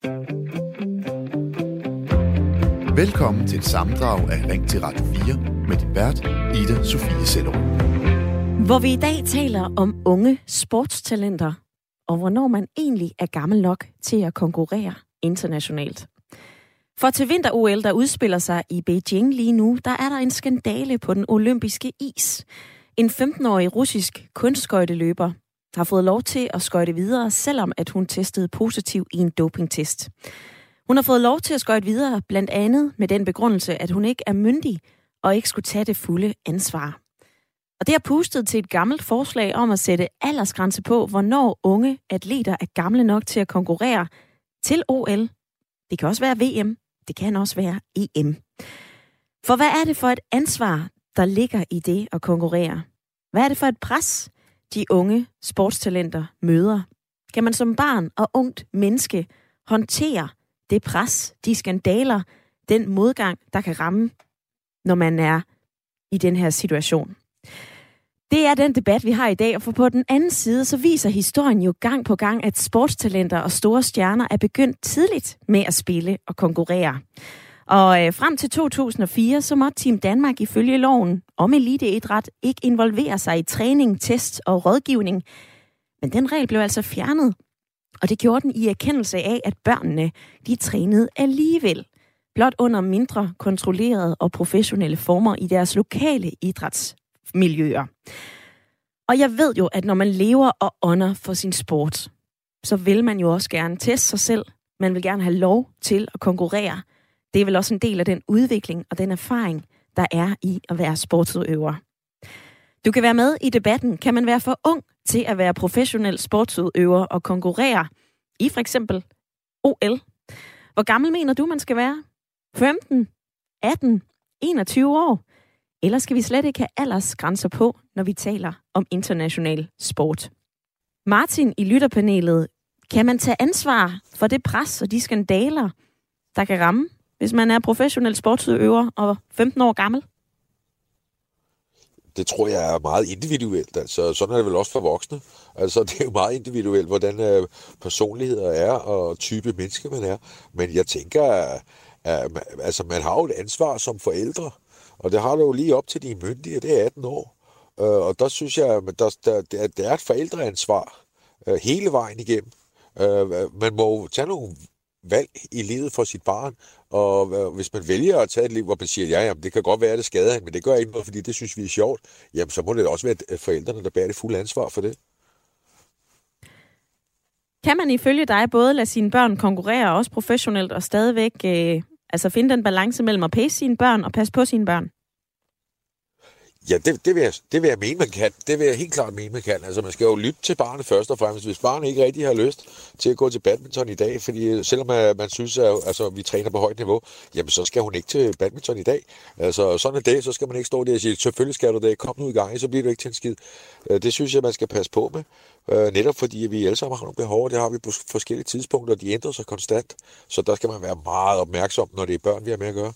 Velkommen til et sammendrag af Ring til Radio 4 med din vært, Ida Sofie Sellerup. Hvor vi i dag taler om unge sportstalenter, og hvornår man egentlig er gammel nok til at konkurrere internationalt. For til vinter-OL, der udspiller sig i Beijing lige nu, der er der en skandale på den olympiske is. En 15-årig russisk kunstskøjteløber har fået lov til at skøjte videre, selvom at hun testede positiv i en dopingtest. Hun har fået lov til at skøjte videre, blandt andet med den begrundelse, at hun ikke er myndig og ikke skulle tage det fulde ansvar. Og det har pustet til et gammelt forslag om at sætte aldersgrænse på, hvornår unge atleter er gamle nok til at konkurrere til OL. Det kan også være VM, det kan også være EM. For hvad er det for et ansvar, der ligger i det at konkurrere? Hvad er det for et pres, de unge sportstalenter møder? Kan man som barn og ungt menneske håndtere det pres, de skandaler, den modgang, der kan ramme, når man er i den her situation? Det er den debat, vi har i dag, og for på den anden side, så viser historien jo gang på gang, at sportstalenter og store stjerner er begyndt tidligt med at spille og konkurrere. Og frem til 2004, så måtte Team Danmark ifølge loven om eliteidræt ikke involvere sig i træning, test og rådgivning. Men den regel blev altså fjernet, og det gjorde den i erkendelse af, at børnene, de trænede alligevel, blot under mindre kontrollerede og professionelle former i deres lokale idrætsmiljøer. Og jeg ved jo, at når man lever og ånder for sin sport, så vil man jo også gerne teste sig selv. Man vil gerne have lov til at konkurrere. Det er vel også en del af den udvikling og den erfaring, der er i at være sportsudøver. Du kan være med i debatten. Kan man være for ung til at være professionel sportsudøver og konkurrere i for eksempel OL? Hvor gammel mener du, man skal være? 15, 18, 21 år? Eller skal vi slet ikke have aldersgrænser på, når vi taler om international sport? Martin i lytterpanelet, kan man tage ansvar for det pres og de skandaler, der kan ramme, hvis man er professionel sportsudøver og 15 år gammel? Det tror jeg er meget individuelt. Altså, sådan er det vel også for voksne. Altså, det er jo meget individuelt, hvordan personligheder er og type menneske man er. Men jeg tænker, at man har jo et ansvar som forældre. Og det har du jo lige op til de myndige, det er 18 år. Og der synes jeg, at der er et forældreansvar hele vejen igennem. Man må tage nogle valg i livet for sit barn, og hvis man vælger at tage et liv, hvor man siger, ja, det kan godt være, at det skader hende, men det gør ikke noget, fordi det synes vi er sjovt, jamen så må det også være forældrene, der bærer det fulde ansvar for det. Kan man ifølge dig både lade sine børn konkurrere, også professionelt, og stadigvæk finde den balance mellem at pace sine børn og passe på sine børn? Ja, det vil jeg mene, man kan. Det vil jeg helt klart mene, man kan. Altså, man skal jo lytte til barnet først og fremmest. Hvis barnet ikke rigtig har lyst til at gå til badminton i dag, fordi selvom man synes, at vi træner på højt niveau, jamen så skal hun ikke til badminton i dag. Altså, sådan en dag, så skal man ikke stå der og sige, selvfølgelig skal du det, kom nu i gang, så bliver du ikke til en skid. Det synes jeg, man skal passe på med. Netop fordi vi alle sammen har nogle behov, og det har vi på forskellige tidspunkter, og de ændrer sig konstant. Så der skal man være meget opmærksom, når det er børn, vi har med at gøre.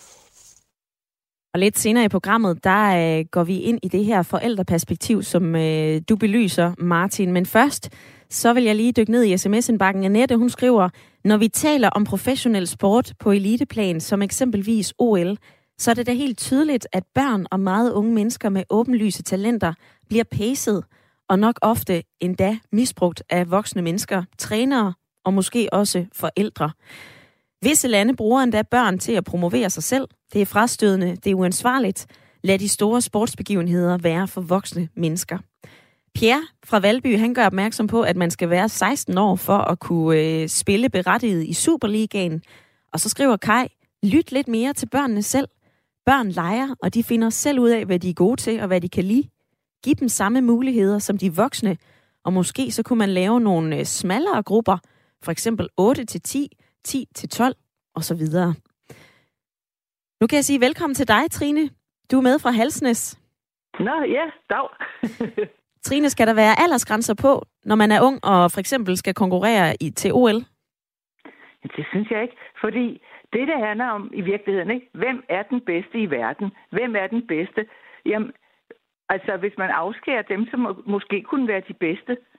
Og lidt senere i programmet, der går vi ind i det her forældreperspektiv, som du belyser, Martin. Men først, så vil jeg lige dykke ned i sms-indbakken. Annette, hun skriver, når vi taler om professionel sport på eliteplan, som eksempelvis OL, så er det da helt tydeligt, at børn og meget unge mennesker med åbenlyse talenter bliver pacet, og nok ofte endda misbrugt af voksne mennesker, trænere og måske også forældre. Visse lande bruger endda børn til at promovere sig selv. Det er frastødende, det er uansvarligt. Lad de store sportsbegivenheder være for voksne mennesker. Pierre fra Valby, han gør opmærksom på, at man skal være 16 år for at kunne spille berettiget i Superligaen. Og så skriver Kai, lyt lidt mere til børnene selv. Børn leger, og de finder selv ud af, hvad de er gode til og hvad de kan lide. Giv dem samme muligheder som de voksne, og måske så kunne man lave nogle smallere grupper, for eksempel 8-10, 10-12 og så videre. Nu kan jeg sige velkommen til dig, Trine. Du er med fra Halsnæs. Nå, ja, dag. Trine, skal der være aldersgrænser på, når man er ung og for eksempel skal konkurrere til OL? Det synes jeg ikke, fordi det handler om i virkeligheden, ikke? Hvem er den bedste i verden? Hvem er den bedste? Jamen, altså, hvis man afskærer dem, som måske kunne være de bedste,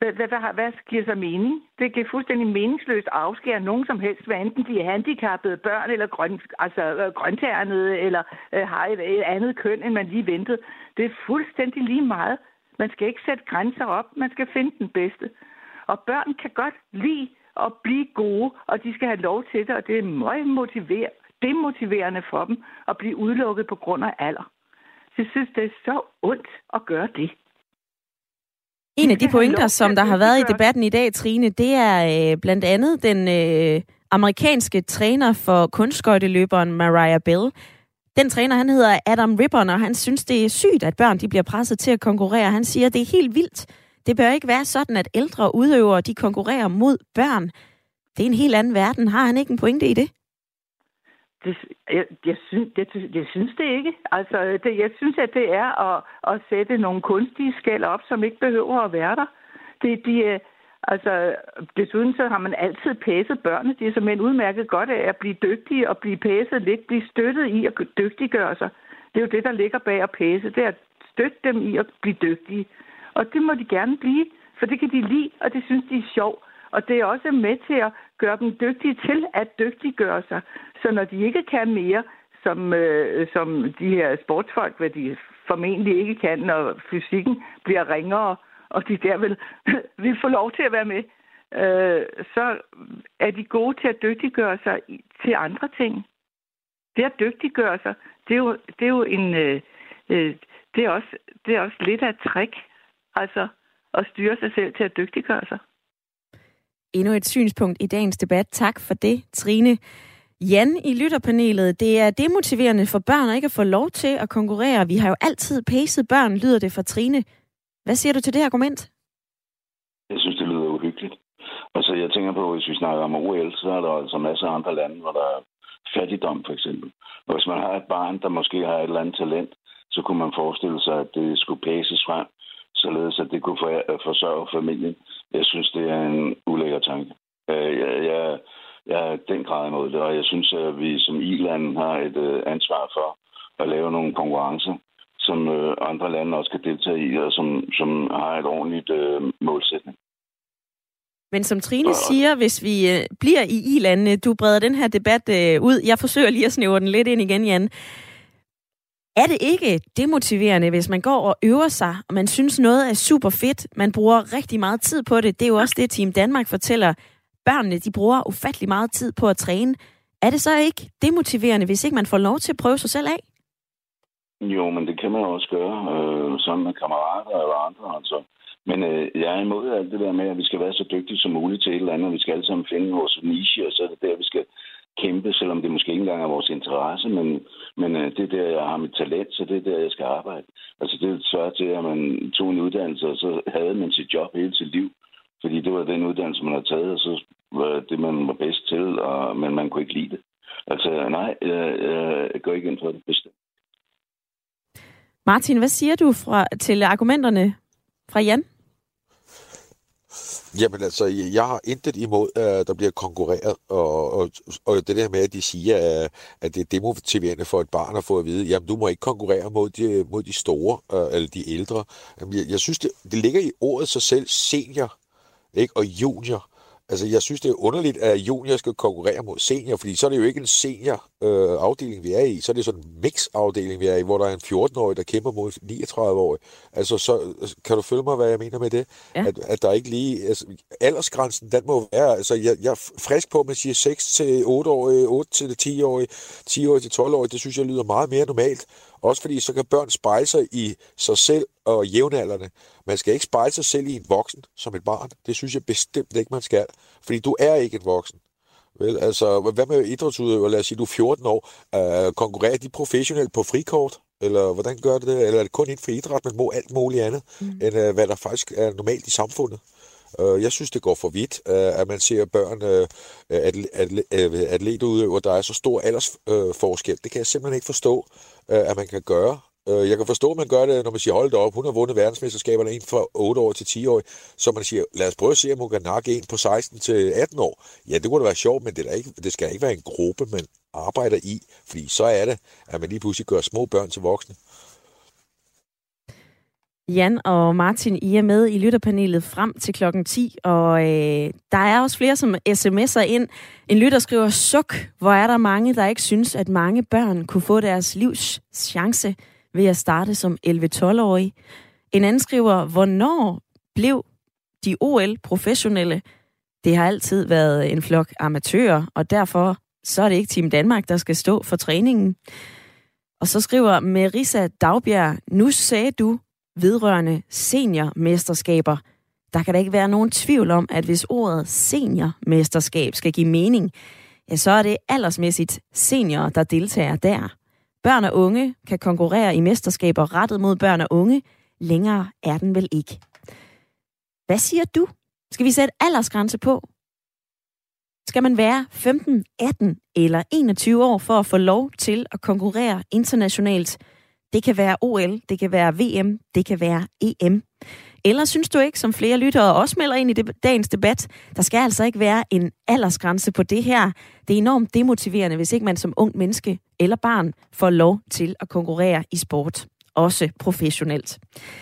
Hvad giver sig mening? Det giver fuldstændig meningsløst at afskære nogen som helst, hvad enten de er handicappede børn, eller grøntærnede, eller har et andet køn, end man lige ventede. Det er fuldstændig lige meget. Man skal ikke sætte grænser op. Man skal finde den bedste. Og børn kan godt lide at blive gode, og de skal have lov til det, og det er meget demotiverende for dem at blive udelukket på grund af alder. Så jeg synes, det er så ondt at gøre det. En af de pointer, som der har været i debatten i dag, Trine, det er blandt andet den amerikanske træner for kunstskøjteløberen Mariah Bell. Den træner, han hedder Adam Ribbon, og han synes, det er sygt, at børn de bliver presset til at konkurrere. Han siger, det er helt vildt. Det bør ikke være sådan, at ældre udøvere de konkurrerer mod børn. Det er en helt anden verden. Har han ikke en pointe i det? Jeg synes det ikke. Altså, jeg synes, at det er at sætte nogle kunstige skel op, som ikke behøver at være der. Desuden så har man altid pæset børnene. De er simpelthen udmærket godt af at blive dygtige og blive pæset lidt, blive støttet i at dygtiggøre sig. Det er jo det, der ligger bag at pæse. Det er at støtte dem i at blive dygtige. Og det må de gerne blive, for det kan de lide, og det synes de er sjovt. Og det er også med til at gøre dem dygtige til at dygtiggøre sig. Så når de ikke kan mere, som de her sportsfolk, hvad de formentlig ikke kan, når fysikken bliver ringere, og de der vil få lov til at være med, så er de gode til at dygtiggøre sig til andre ting. Det at dygtiggøre sig, det er også lidt af et trick, altså at styre sig selv til at dygtiggøre sig. Endnu et synspunkt i dagens debat. Tak for det, Trine. Jan i lytterpanelet, det er demotiverende for børn at ikke at få lov til at konkurrere. Vi har jo altid pacet børn, lyder det fra Trine. Hvad siger du til det argument? Jeg synes, det lyder uhyggeligt. Altså, jeg tænker på, hvis vi snakker om OL, så er der altså masser af andre lande, hvor der er fattigdom, for eksempel. Og hvis man har et barn, der måske har et eller andet talent, så kunne man forestille sig, at det skulle paces frem, således at det kunne forsørge familien. Jeg synes, det er en ulækker tanke. Jeg er den grad imod det, og jeg synes, at vi som i-land har et ansvar for at lave nogle konkurrencer, som andre lande også kan deltage i, og som har et ordentligt målsætning. Men som Trine siger, hvis vi bliver i i-landene, du breder den her debat ud. Jeg forsøger lige at snævre den lidt ind igen, Jan. Er det ikke demotiverende, hvis man går og øver sig, og man synes noget er super fedt, man bruger rigtig meget tid på det? Det er jo også det, Team Danmark fortæller. Børnene, de bruger ufattelig meget tid på at træne. Er det så ikke demotiverende, hvis ikke man får lov til at prøve sig selv af? Jo, men det kan man også gøre sammen med kammerater eller andre. Altså. Men jeg er imod alt det der med, at vi skal være så dygtige som muligt til et eller andet. Vi skal alle sammen finde vores niche, og så er det der, vi skal kæmpe, selvom det måske ikke engang er vores interesse. Men det er der, jeg har mit talent, så det er der, jeg skal arbejde. Altså det svarer til, at man tog en uddannelse, og så havde man sit job hele sit liv. Fordi det var den uddannelse, man har taget, og så var det, man var bedst til, men man kunne ikke lide det. Altså nej, jeg går ikke ind for det bestemt. Martin, hvad siger du til argumenterne fra Jan? Jamen altså, jeg har intet imod, at der bliver konkurreret, og det der med, at de siger, at det er demotiverende for et barn at få at vide, jamen du må ikke konkurrere mod de store, eller de ældre. Jamen, jeg synes, det ligger i ordet sig selv, senior, ikke? Og junior. Altså, jeg synes, det er underligt, at junior skal konkurrere mod senior, fordi så er det jo ikke en senior-afdeling, vi er i. Så er det sådan en mix-afdeling, vi er i, hvor der er en 14-årig, der kæmper mod 39-årig. Altså, så kan du følge mig, hvad jeg mener med det? Ja. At der ikke lige... Altså, aldersgrænsen, den må være... Altså, jeg er frisk på, at man siger 6 til 8-årige, 8 til 10-årige, 10-årige til 12-årige. Det synes jeg lyder meget mere normalt. Også fordi så kan børn spejle sig i sig selv og jævnaldrende. Man skal ikke spejle sig selv i en voksen som et barn. Det synes jeg bestemt ikke, man skal. Fordi du er ikke en voksen. Vel, altså, hvad med idrætsudøver? Lad os sige, du er 14 år. Konkurrerer de professionelt på frikort? Eller hvordan gør det? Eller er det kun inden for idræt, man må alt muligt andet, end hvad der faktisk er normalt i samfundet? Jeg synes, det går for vidt, at man ser børn, atletudøvere, der er så stor aldersforskel. Det kan jeg simpelthen ikke forstå, at man kan gøre. Jeg kan forstå, at man gør det, når man siger, hold da op, hun har vundet verdensmesterskaberne, en fra 8 år til 10 år. Så man siger, lad os prøve at se, om hun kan nakke en på 16 til 18 år. Ja, det kunne da være sjovt, men det skal ikke være en gruppe, man arbejder i. Fordi så er det, at man lige pludselig gør små børn til voksne. Jan og Martin, I er med i lytterpanelet frem til klokken 10, og der er også flere, som sms'er ind. En lytter skriver, suk, hvor er der mange, der ikke synes, at mange børn kunne få deres livs chance ved at starte som 11-12-årige. En anden skriver, hvornår blev de OL professionelle? Det har altid været en flok amatører, og derfor så er det ikke Team Danmark, der skal stå for træningen. Og så skriver Marisa Dagbjerg, nu sagde du vedrørende seniormesterskaber. Der kan da ikke være nogen tvivl om, at hvis ordet seniormesterskab skal give mening, ja, så er det aldersmæssigt seniorer, der deltager der. Børn og unge kan konkurrere i mesterskaber rettet mod børn og unge. Længere er den vel ikke. Hvad siger du? Skal vi sætte aldersgrænse på? Skal man være 15, 18 eller 21 år for at få lov til at konkurrere internationalt? Det kan være OL, det kan være VM, det kan være EM. Eller synes du ikke, som flere lyttere også melder ind i dagens debat, der skal altså ikke være en aldersgrænse på det her. Det er enormt demotiverende, hvis ikke man som ung menneske eller barn får lov til at konkurrere i sport. Også professionelt.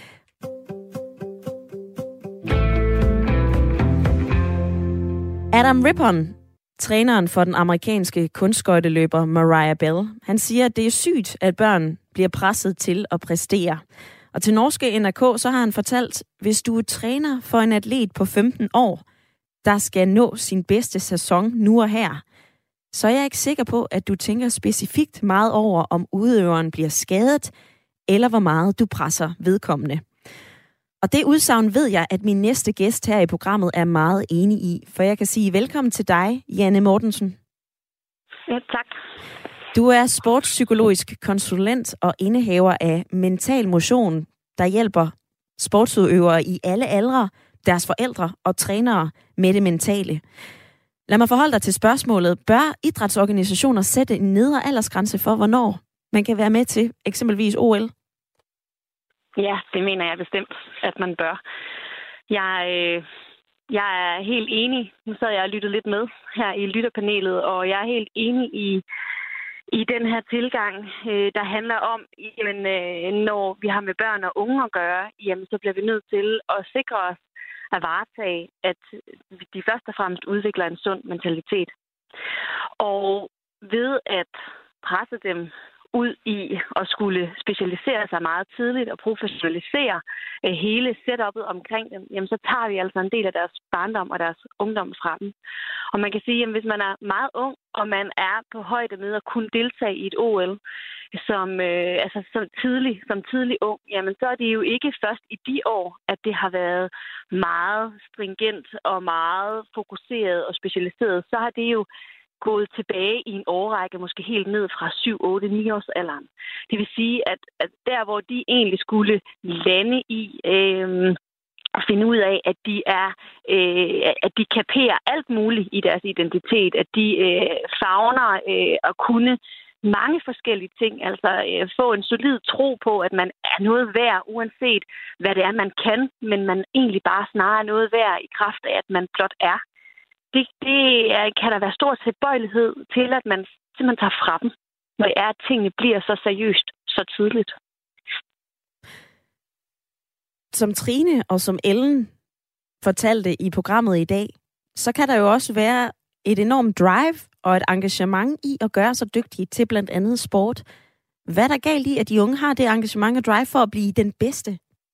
Adam Rippon, træneren for den amerikanske kunstskøjteløber Mariah Bell, han siger, at det er sygt, at børn bliver presset til at præstere. Og til norske NRK, så har han fortalt, hvis du er træner for en atlet på 15 år, der skal nå sin bedste sæson nu og her, så er jeg ikke sikker på, at du tænker specifikt meget over, om udøveren bliver skadet, eller hvor meget du presser vedkommende. Og det udsagn ved jeg, at min næste gæst her i programmet er meget enig i. For jeg kan sige velkommen til dig, Janne Mortensen. Ja, tak. Du er sportspsykologisk konsulent og indehaver af Mental Motion, der hjælper sportsudøvere i alle aldre, deres forældre og trænere med det mentale. Lad mig forholde dig til spørgsmålet. Bør idrætsorganisationer sætte en nedre aldersgrænse for, hvornår man kan være med til eksempelvis OL? Ja, det mener jeg bestemt, at man bør. Jeg er helt enig. Nu sad jeg og lyttede lidt med her i lytterpanelet, og jeg er helt enig i den her tilgang, der handler om, jamen, når vi har med børn og unge at gøre, jamen, så bliver vi nødt til at sikre os at varetage, at de først og fremmest udvikler en sund mentalitet. Og ved at presse dem ud i at skulle specialisere sig meget tidligt og professionalisere hele setup'et omkring dem, jamen så tager vi altså en del af deres barndom og deres ungdom fra dem. Og man kan sige, at hvis man er meget ung, og man er på højde med at kunne deltage i et OL som tidlig ung, jamen så er det jo ikke først i de år, at det har været meget stringent og meget fokuseret og specialiseret. Så har det jo gået tilbage i en årrække, måske helt ned fra 7, 8, 9 års alderen. Det vil sige, at der, hvor de egentlig skulle lande i at finde ud af, at de kaperer alt muligt i deres identitet, at de favner at kunne mange forskellige ting, altså få en solid tro på, at man er noget værd, uanset hvad det er, man kan, men man egentlig bare snarere er noget værd i kraft af, at man blot er. Det kan der være stor tilbøjelighed til, at man simpelthen tager fra dem, når det er, at tingene bliver så seriøst, så tidligt. Som Trine og som Ellen fortalte i programmet i dag, så kan der jo også være et enormt drive og et engagement i at gøre sig dygtige til blandt andet sport. Hvad er der galt i, at de unge har det engagement og drive for at blive den bedste?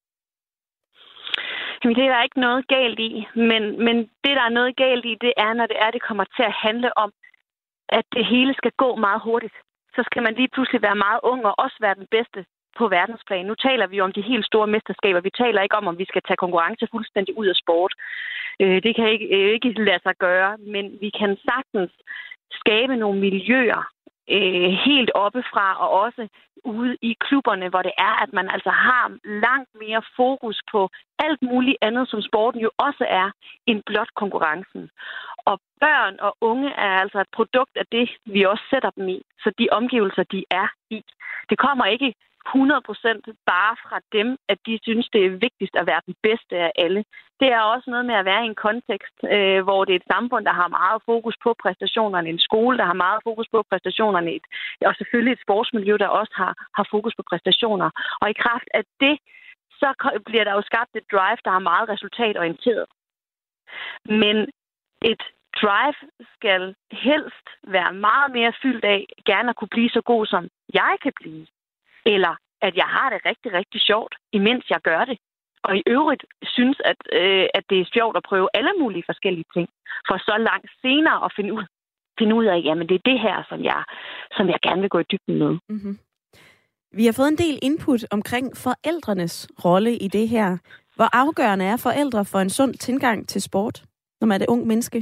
Jamen, det er der ikke noget galt i, men det, der er noget galt i, det er, når det kommer til at handle om, at det hele skal gå meget hurtigt. Så skal man lige pludselig være meget ung og også være den bedste på verdensplan. Nu taler vi om de helt store mesterskaber. Vi taler ikke om vi skal tage konkurrence fuldstændig ud af sport. Det kan ikke lade sig gøre, men vi kan sagtens skabe nogle miljøer helt oppefra og også ude i klubberne, hvor det er, at man altså har langt mere fokus på alt muligt andet, som sporten jo også er, end blot konkurrencen. Og børn og unge er altså et produkt af det, vi også sætter dem i. Så de omgivelser, de er i. Det kommer ikke 100% bare fra dem, at de synes, det er vigtigst at være den bedste af alle. Det er også noget med at være i en kontekst, hvor det er et samfund, der har meget fokus på præstationerne, en skole, der har meget fokus på præstationerne, og selvfølgelig et sportsmiljø, der også har fokus på præstationer. Og i kraft af det, så bliver der jo skabt et drive, der er meget resultatorienteret. Men et drive skal helst være meget mere fyldt af gerne at kunne blive så god, som jeg kan blive. Eller at jeg har det rigtig, rigtig sjovt, imens jeg gør det. Og i øvrigt synes, at det er sjovt at prøve alle mulige forskellige ting. For så langt senere at finde ud af, jamen det er det her, som jeg gerne vil gå i dybden med. Mm-hmm. Vi har fået en del input omkring forældrenes rolle i det her. Hvor afgørende er forældre for en sund tilgang til sport, når man er et ung menneske?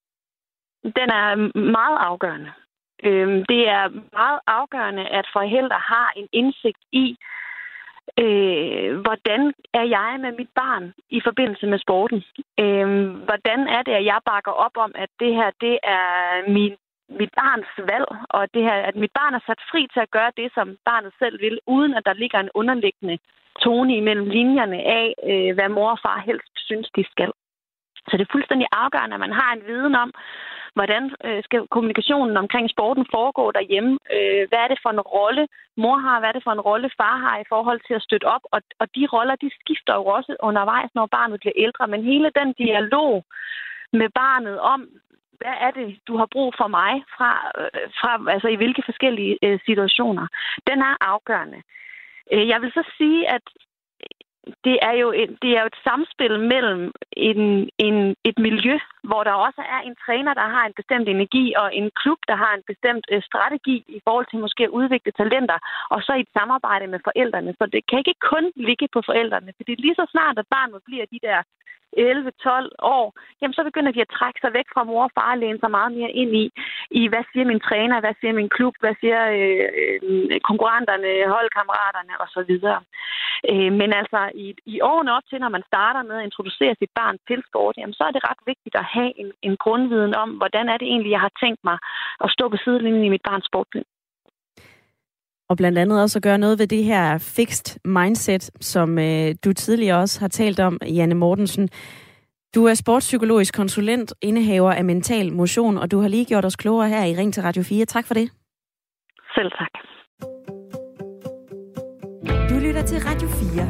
Den er meget afgørende. Det er meget afgørende, at forældre har en indsigt i, hvordan er jeg med mit barn i forbindelse med sporten? Hvordan er det, at jeg bakker op om, at det her, det er mit barns valg, og det her, at mit barn er sat fri til at gøre det, som barnet selv vil, uden at der ligger en underliggende tone imellem linjerne af, hvad mor og far helst synes, de skal. Så det er fuldstændig afgørende, at man har en viden om, hvordan skal kommunikationen omkring sporten foregå derhjemme. Hvad er det for en rolle mor har? Hvad er det for en rolle far har i forhold til at støtte op? Og de roller, de skifter jo også undervejs, når barnet bliver ældre. Men hele den dialog med barnet om, hvad er det, du har brug for mig fra altså i hvilke forskellige situationer, den er afgørende. Jeg vil så sige, at det er jo et samspil mellem et miljø, hvor der også er en træner, der har en bestemt energi, og en klub, der har en bestemt strategi i forhold til måske at udvikle talenter, og så i et samarbejde med forældrene. Så det kan ikke kun ligge på forældrene, fordi lige så snart, at barnet bliver de der 11-12 år, jamen så begynder de at trække sig væk fra mor og far og læne sig meget mere ind i hvad siger min træner, hvad siger min klub, hvad siger konkurrenterne, holdkammeraterne osv. Men altså i årene op til, når man starter med at introducere sit barn til sport, jamen så er det ret vigtigt at have en grundviden om, hvordan er det egentlig, jeg har tænkt mig at stå på sidelinjen i mit barns sportliv. Og blandt andet også at gøre noget ved det her fixed mindset, som du tidligere også har talt om, Janne Mortensen. Du er sportspsykologisk konsulent, indehaver af Mental Motion, og du har lige gjort os klogere her i Ring til Radio 4. Tak for det. Selv tak. Du lytter til Radio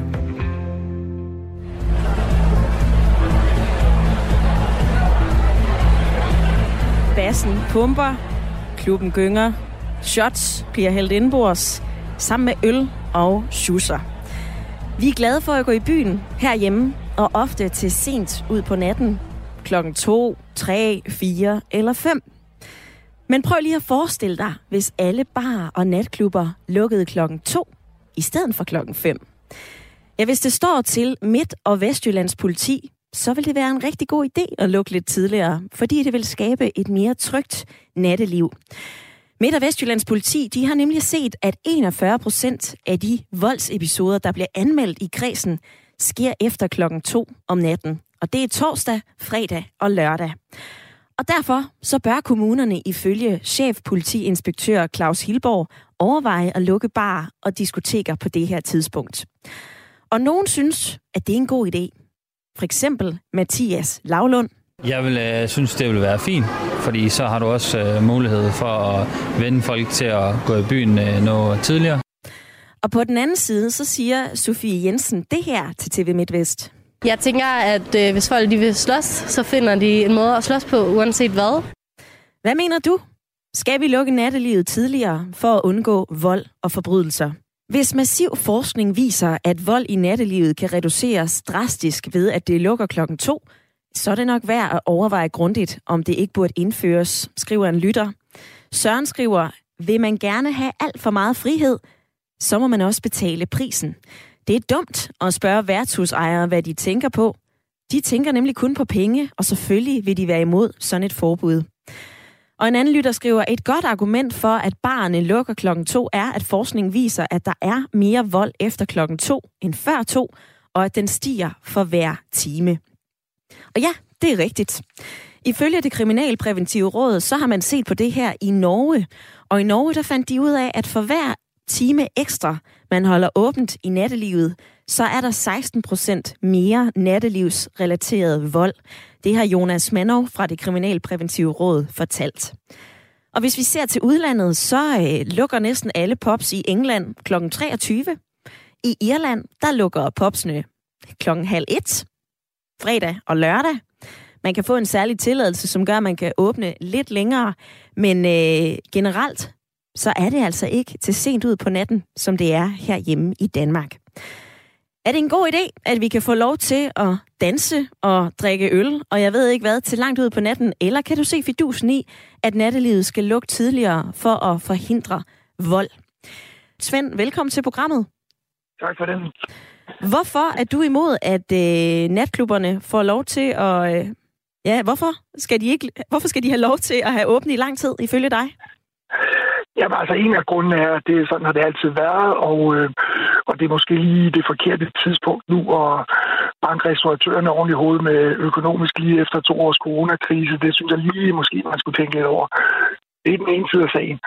4. Bassen pumper, klubben gynger, shots bliver hældt indbords, sammen med øl og schusser. Vi er glade for at gå i byen herhjemme, og ofte til sent ud på natten, 2, 3, 4 eller 5. Men prøv lige at forestille dig, hvis alle barer og natklubber lukkede 2 i stedet for 5. Ja, hvis det står til Midt- og Vestjyllands politi, så vil det være en rigtig god idé at lukke lidt tidligere, fordi det vil skabe et mere trygt natteliv. Midt- og Vestjyllands politi, de har nemlig set, at 41% af de voldsepisoder, der bliver anmeldt i kredsen, sker efter 2 om natten. Og det er torsdag, fredag og lørdag. Og derfor så bør kommunerne ifølge chefpolitiinspektør Claus Hilborg overveje at lukke barer og diskoteker på det her tidspunkt. Og nogen synes, at det er en god idé. For eksempel Mathias Lavlund. Jeg vil synes, det vil være fint, fordi så har du også mulighed for at vende folk til at gå i byen noget tidligere. Og på den anden side, så siger Sofie Jensen det her til TV MidtVest. Jeg tænker, at hvis folk de vil slås, så finder de en måde at slås på, uanset hvad. Hvad mener du? Skal vi lukke nattelivet tidligere for at undgå vold og forbrydelser? Hvis massiv forskning viser, at vold i nattelivet kan reduceres drastisk ved, at det lukker 2, så er det nok værd at overveje grundigt, om det ikke burde indføres, skriver en lytter. Søren skriver, vil man gerne have alt for meget frihed, så må man også betale prisen. Det er dumt at spørge værtshusejere, hvad de tænker på. De tænker nemlig kun på penge, og selvfølgelig vil de være imod sådan et forbud. Og en anden lytter skriver, et godt argument for, at barerne lukker 2, er, at forskningen viser, at der er mere vold efter 2 end før 2, og at den stiger for hver time. Og ja, det er rigtigt. Ifølge det kriminalpræventive råd, så har man set på det her i Norge. Og i Norge, der fandt de ud af, at for hver time ekstra, man holder åbent i nattelivet, så er der 16% mere nattelivsrelateret vold. Det har Jonas Manov fra det kriminalpræventive råd fortalt. Og hvis vi ser til udlandet, så lukker næsten alle pubs i England kl. 23. I Irland, der lukker pubsene 12:30 fredag og lørdag. Man kan få en særlig tilladelse, som gør, at man kan åbne lidt længere. Men generelt, så er det altså ikke til sent ud på natten, som det er herhjemme i Danmark. Er det en god idé, at vi kan få lov til at danse og drikke øl, og jeg ved ikke hvad, til langt ud på natten? Eller kan du se fidusen i, at nattelivet skal lukke tidligere for at forhindre vold? Svend, velkommen til programmet. Tak for den. Hvorfor er du imod, at natklubberne får lov til at... hvorfor skal de have lov til at have åbent i lang tid, ifølge dig? Jamen altså, en af grunden er, at det sådan har det altid været, og det er måske lige det forkerte tidspunkt nu, og banke restauratørerne ordentligt i hovedet med økonomisk lige efter 2 års coronakrise. Det synes jeg lige måske, man skulle tænke lidt over. Det er den ene side af sagen.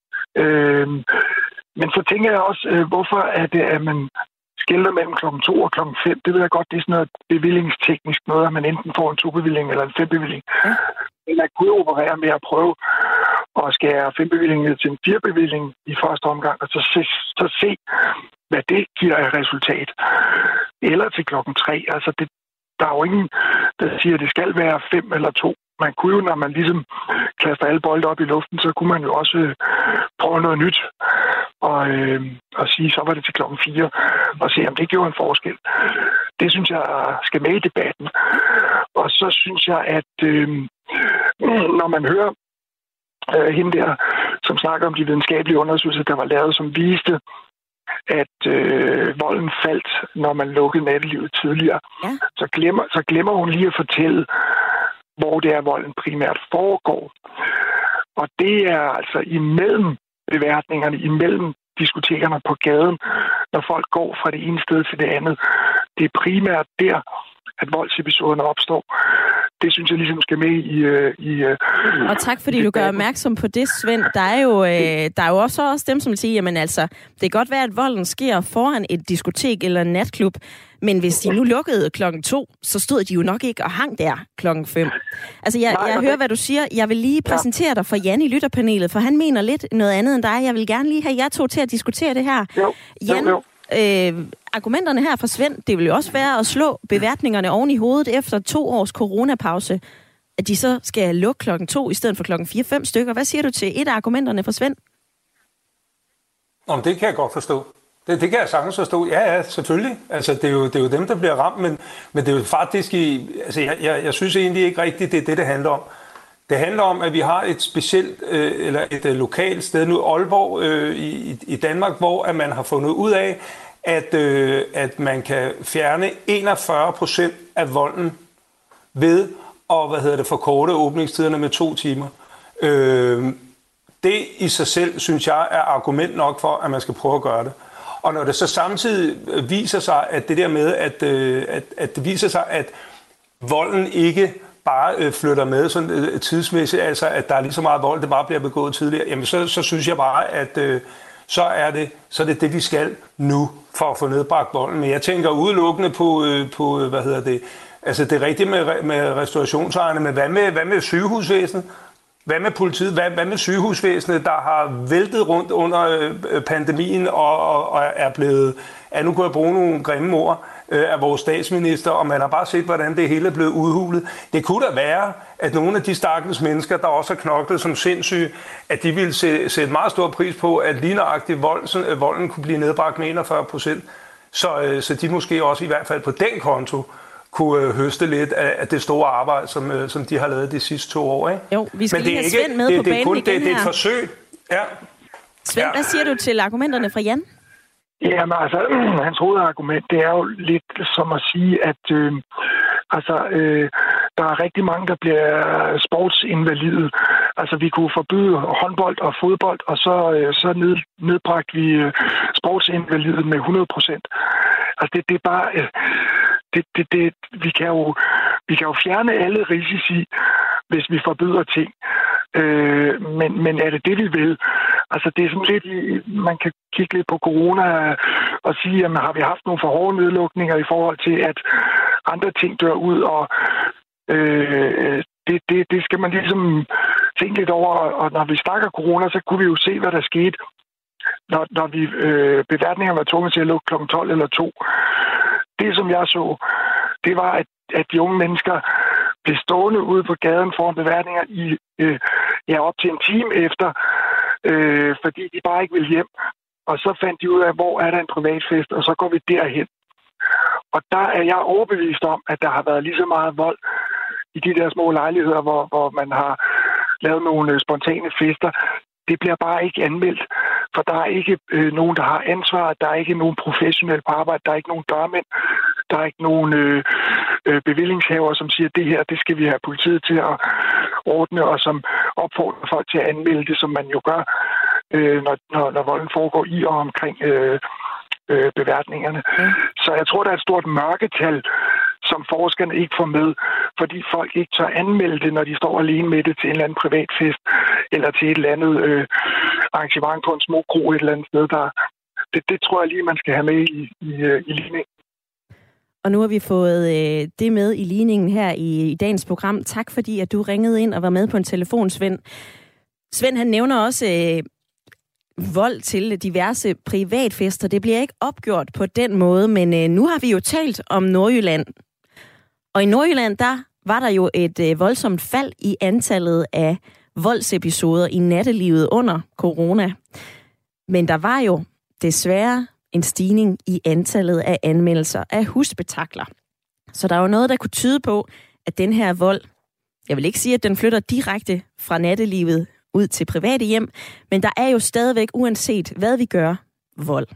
Men så tænker jeg også, hvorfor er det, at man skelner mellem klokken 2 og klokken 5. Det ved jeg godt, det er sådan noget bevillingsteknisk noget, at man enten får en 2-bevilling eller en 5-bevilling. Ja. Men man kunne operere med at prøve at skære 5-bevillingen ned til en 4-bevilling i første omgang, og så se, hvad det giver af resultat. Eller til klokken 3. Altså, der er jo ingen, der siger, at det skal være 5 eller 2. Man kunne jo, når man ligesom kaster alle bolde op i luften, så kunne man jo også prøve noget nyt og sige, så var det til klokken 4, og se, om det gjorde en forskel. Det synes jeg skal med i debatten. Og så synes jeg, at når man hører hende der, som snakker om de videnskabelige undersøgelser, der var lavet, som viste, at volden faldt, når man lukkede nattelivet tidligere, ja. så glemmer hun lige at fortælle, hvor det er, volden primært foregår. Og det er altså imellem beværtningerne, imellem diskotekerne på gaden, når folk går fra det ene sted til det andet. Det er primært der, at voldsepisoderne opstår. Det synes jeg ligesom skal med i og tak fordi du gør opmærksom på det, Svend. Der er jo også dem, som siger, jamen altså, det kan godt være, at volden sker foran et diskotek eller en natklub, men hvis de nu lukkede klokken 2, så stod de jo nok ikke og hang der klokken 5. Altså, jeg hører, hvad du siger. Jeg vil lige præsentere dig for Jan i lytterpanelet, for han mener lidt noget andet end dig. Jeg vil gerne lige have jer to til at diskutere det her. Jan, argumenterne her fra Svend, det vil jo også være at slå beværtningerne oven i hovedet efter 2 års coronapause, at de så skal lukke klokken 2 i stedet for klokken 4-5 stykker. Hvad siger du til et af argumenterne fra Svend? Det kan jeg godt forstå. Det kan jeg sagtens forstå. Ja, selvfølgelig. Altså, det er jo dem, der bliver ramt, men det er jo faktisk jeg synes egentlig ikke rigtigt, det er det handler om. Det handler om, at vi har et specielt, eller et lokalt sted nu, Aalborg i Danmark, hvor at man har fundet ud af, at man kan fjerne 41% af volden ved at forkorte åbningstiderne med 2 timer. Det i sig selv, synes jeg, er argument nok for, at man skal prøve at gøre det. Og når det så samtidig viser sig, at det der med, at det viser sig, at volden ikke bare flytter med sådan tidsmæssigt, altså at der er lige så meget vold, det bare bliver begået tidligere, jamen så synes jeg bare, at så er det, vi skal nu for at få nedbragt volden. Men jeg tænker udelukkende på altså det rigtige med restaurationsejerne, men hvad med sygehusvæsenet? Hvad med politiet? Hvad med sygehusvæsenet, der har væltet rundt under pandemien og er blevet, nu kan jeg bruge nogle grimme ord, af vores statsminister, og man har bare set, hvordan det hele er blevet udhulet. Det kunne da være, at nogle af de stakkels mennesker, der også har knoklet som sindssyge, at de ville sætte meget stor pris på, at lige nøjagtigt volden kunne blive nedbragt med 41%. Så de måske også i hvert fald på den konto kunne høste lidt af det store arbejde, som de har lavet de sidste 2 år. Ikke? Jo, vi skal lige have Svend med på banen igen her. Det er et forsøg. Ja. Svend, hvad siger du til argumenterne fra Jan? Jamen altså, hans hovedargument, det er jo lidt som at sige, at der er rigtig mange, der bliver sportsinvalide. Altså, vi kunne forbyde håndbold og fodbold, og så nedbragte vi sportsinvalide med 100%. Altså, det er bare... Vi kan jo fjerne alle risici, hvis vi forbyder ting. Men er det, vi vil? Altså, det er sådan lidt... Man kan kigge lidt på corona og sige, jamen, har vi haft nogle for hårde nedlukninger i forhold til, at andre ting dør ud, og det skal man ligesom tænke lidt over. Og når vi snakker corona, så kunne vi jo se, hvad der skete, når vi beværtningerne var tvunget til at lukke kl. 12 eller 2. Det, som jeg så, det var, at de unge mennesker blev stående ude på gaden foran beværtninger i op til en time efter, fordi de bare ikke ville hjem. Og så fandt de ud af, hvor er der en privatfest, og så går vi derhen. Og der er jeg overbevist om, at der har været lige så meget vold i de der små lejligheder, hvor man har lavet nogle spontane fester. Det bliver bare ikke anmeldt, for der er ikke nogen, der har ansvar. Der er ikke nogen professionel på arbejde. Der er ikke nogen dørmænd. Der er ikke nogen bevillingshaver, som siger, at det her, det skal vi have politiet til at ordne, og som opfordrer folk til at anmelde det, som man jo gør, når volden foregår i og omkring beværtningerne. Så jeg tror, der er et stort mørketal, som forskerne ikke får med, fordi folk ikke tør anmelde det, når de står alene med det til en eller anden privatfest, eller til et eller andet arrangement på en små kro et eller andet sted. Det tror jeg lige, man skal have med i ligningen. Og nu har vi fået det med i ligningen her i dagens program. Tak fordi, at du ringede ind og var med på en telefon, Svend. Svend, han nævner også vold til diverse privatfester. Det bliver ikke opgjort på den måde, men nu har vi jo talt om Nordjylland. Og i Nordjylland, der var der jo et voldsomt fald i antallet af voldsepisoder i nattelivet under corona. Men der var jo desværre en stigning i antallet af anmeldelser af husspektakler. Så der er jo noget, der kunne tyde på, at den her vold, jeg vil ikke sige, at den flytter direkte fra nattelivet ud til private hjem, men der er jo stadigvæk, uanset hvad vi gør, vold.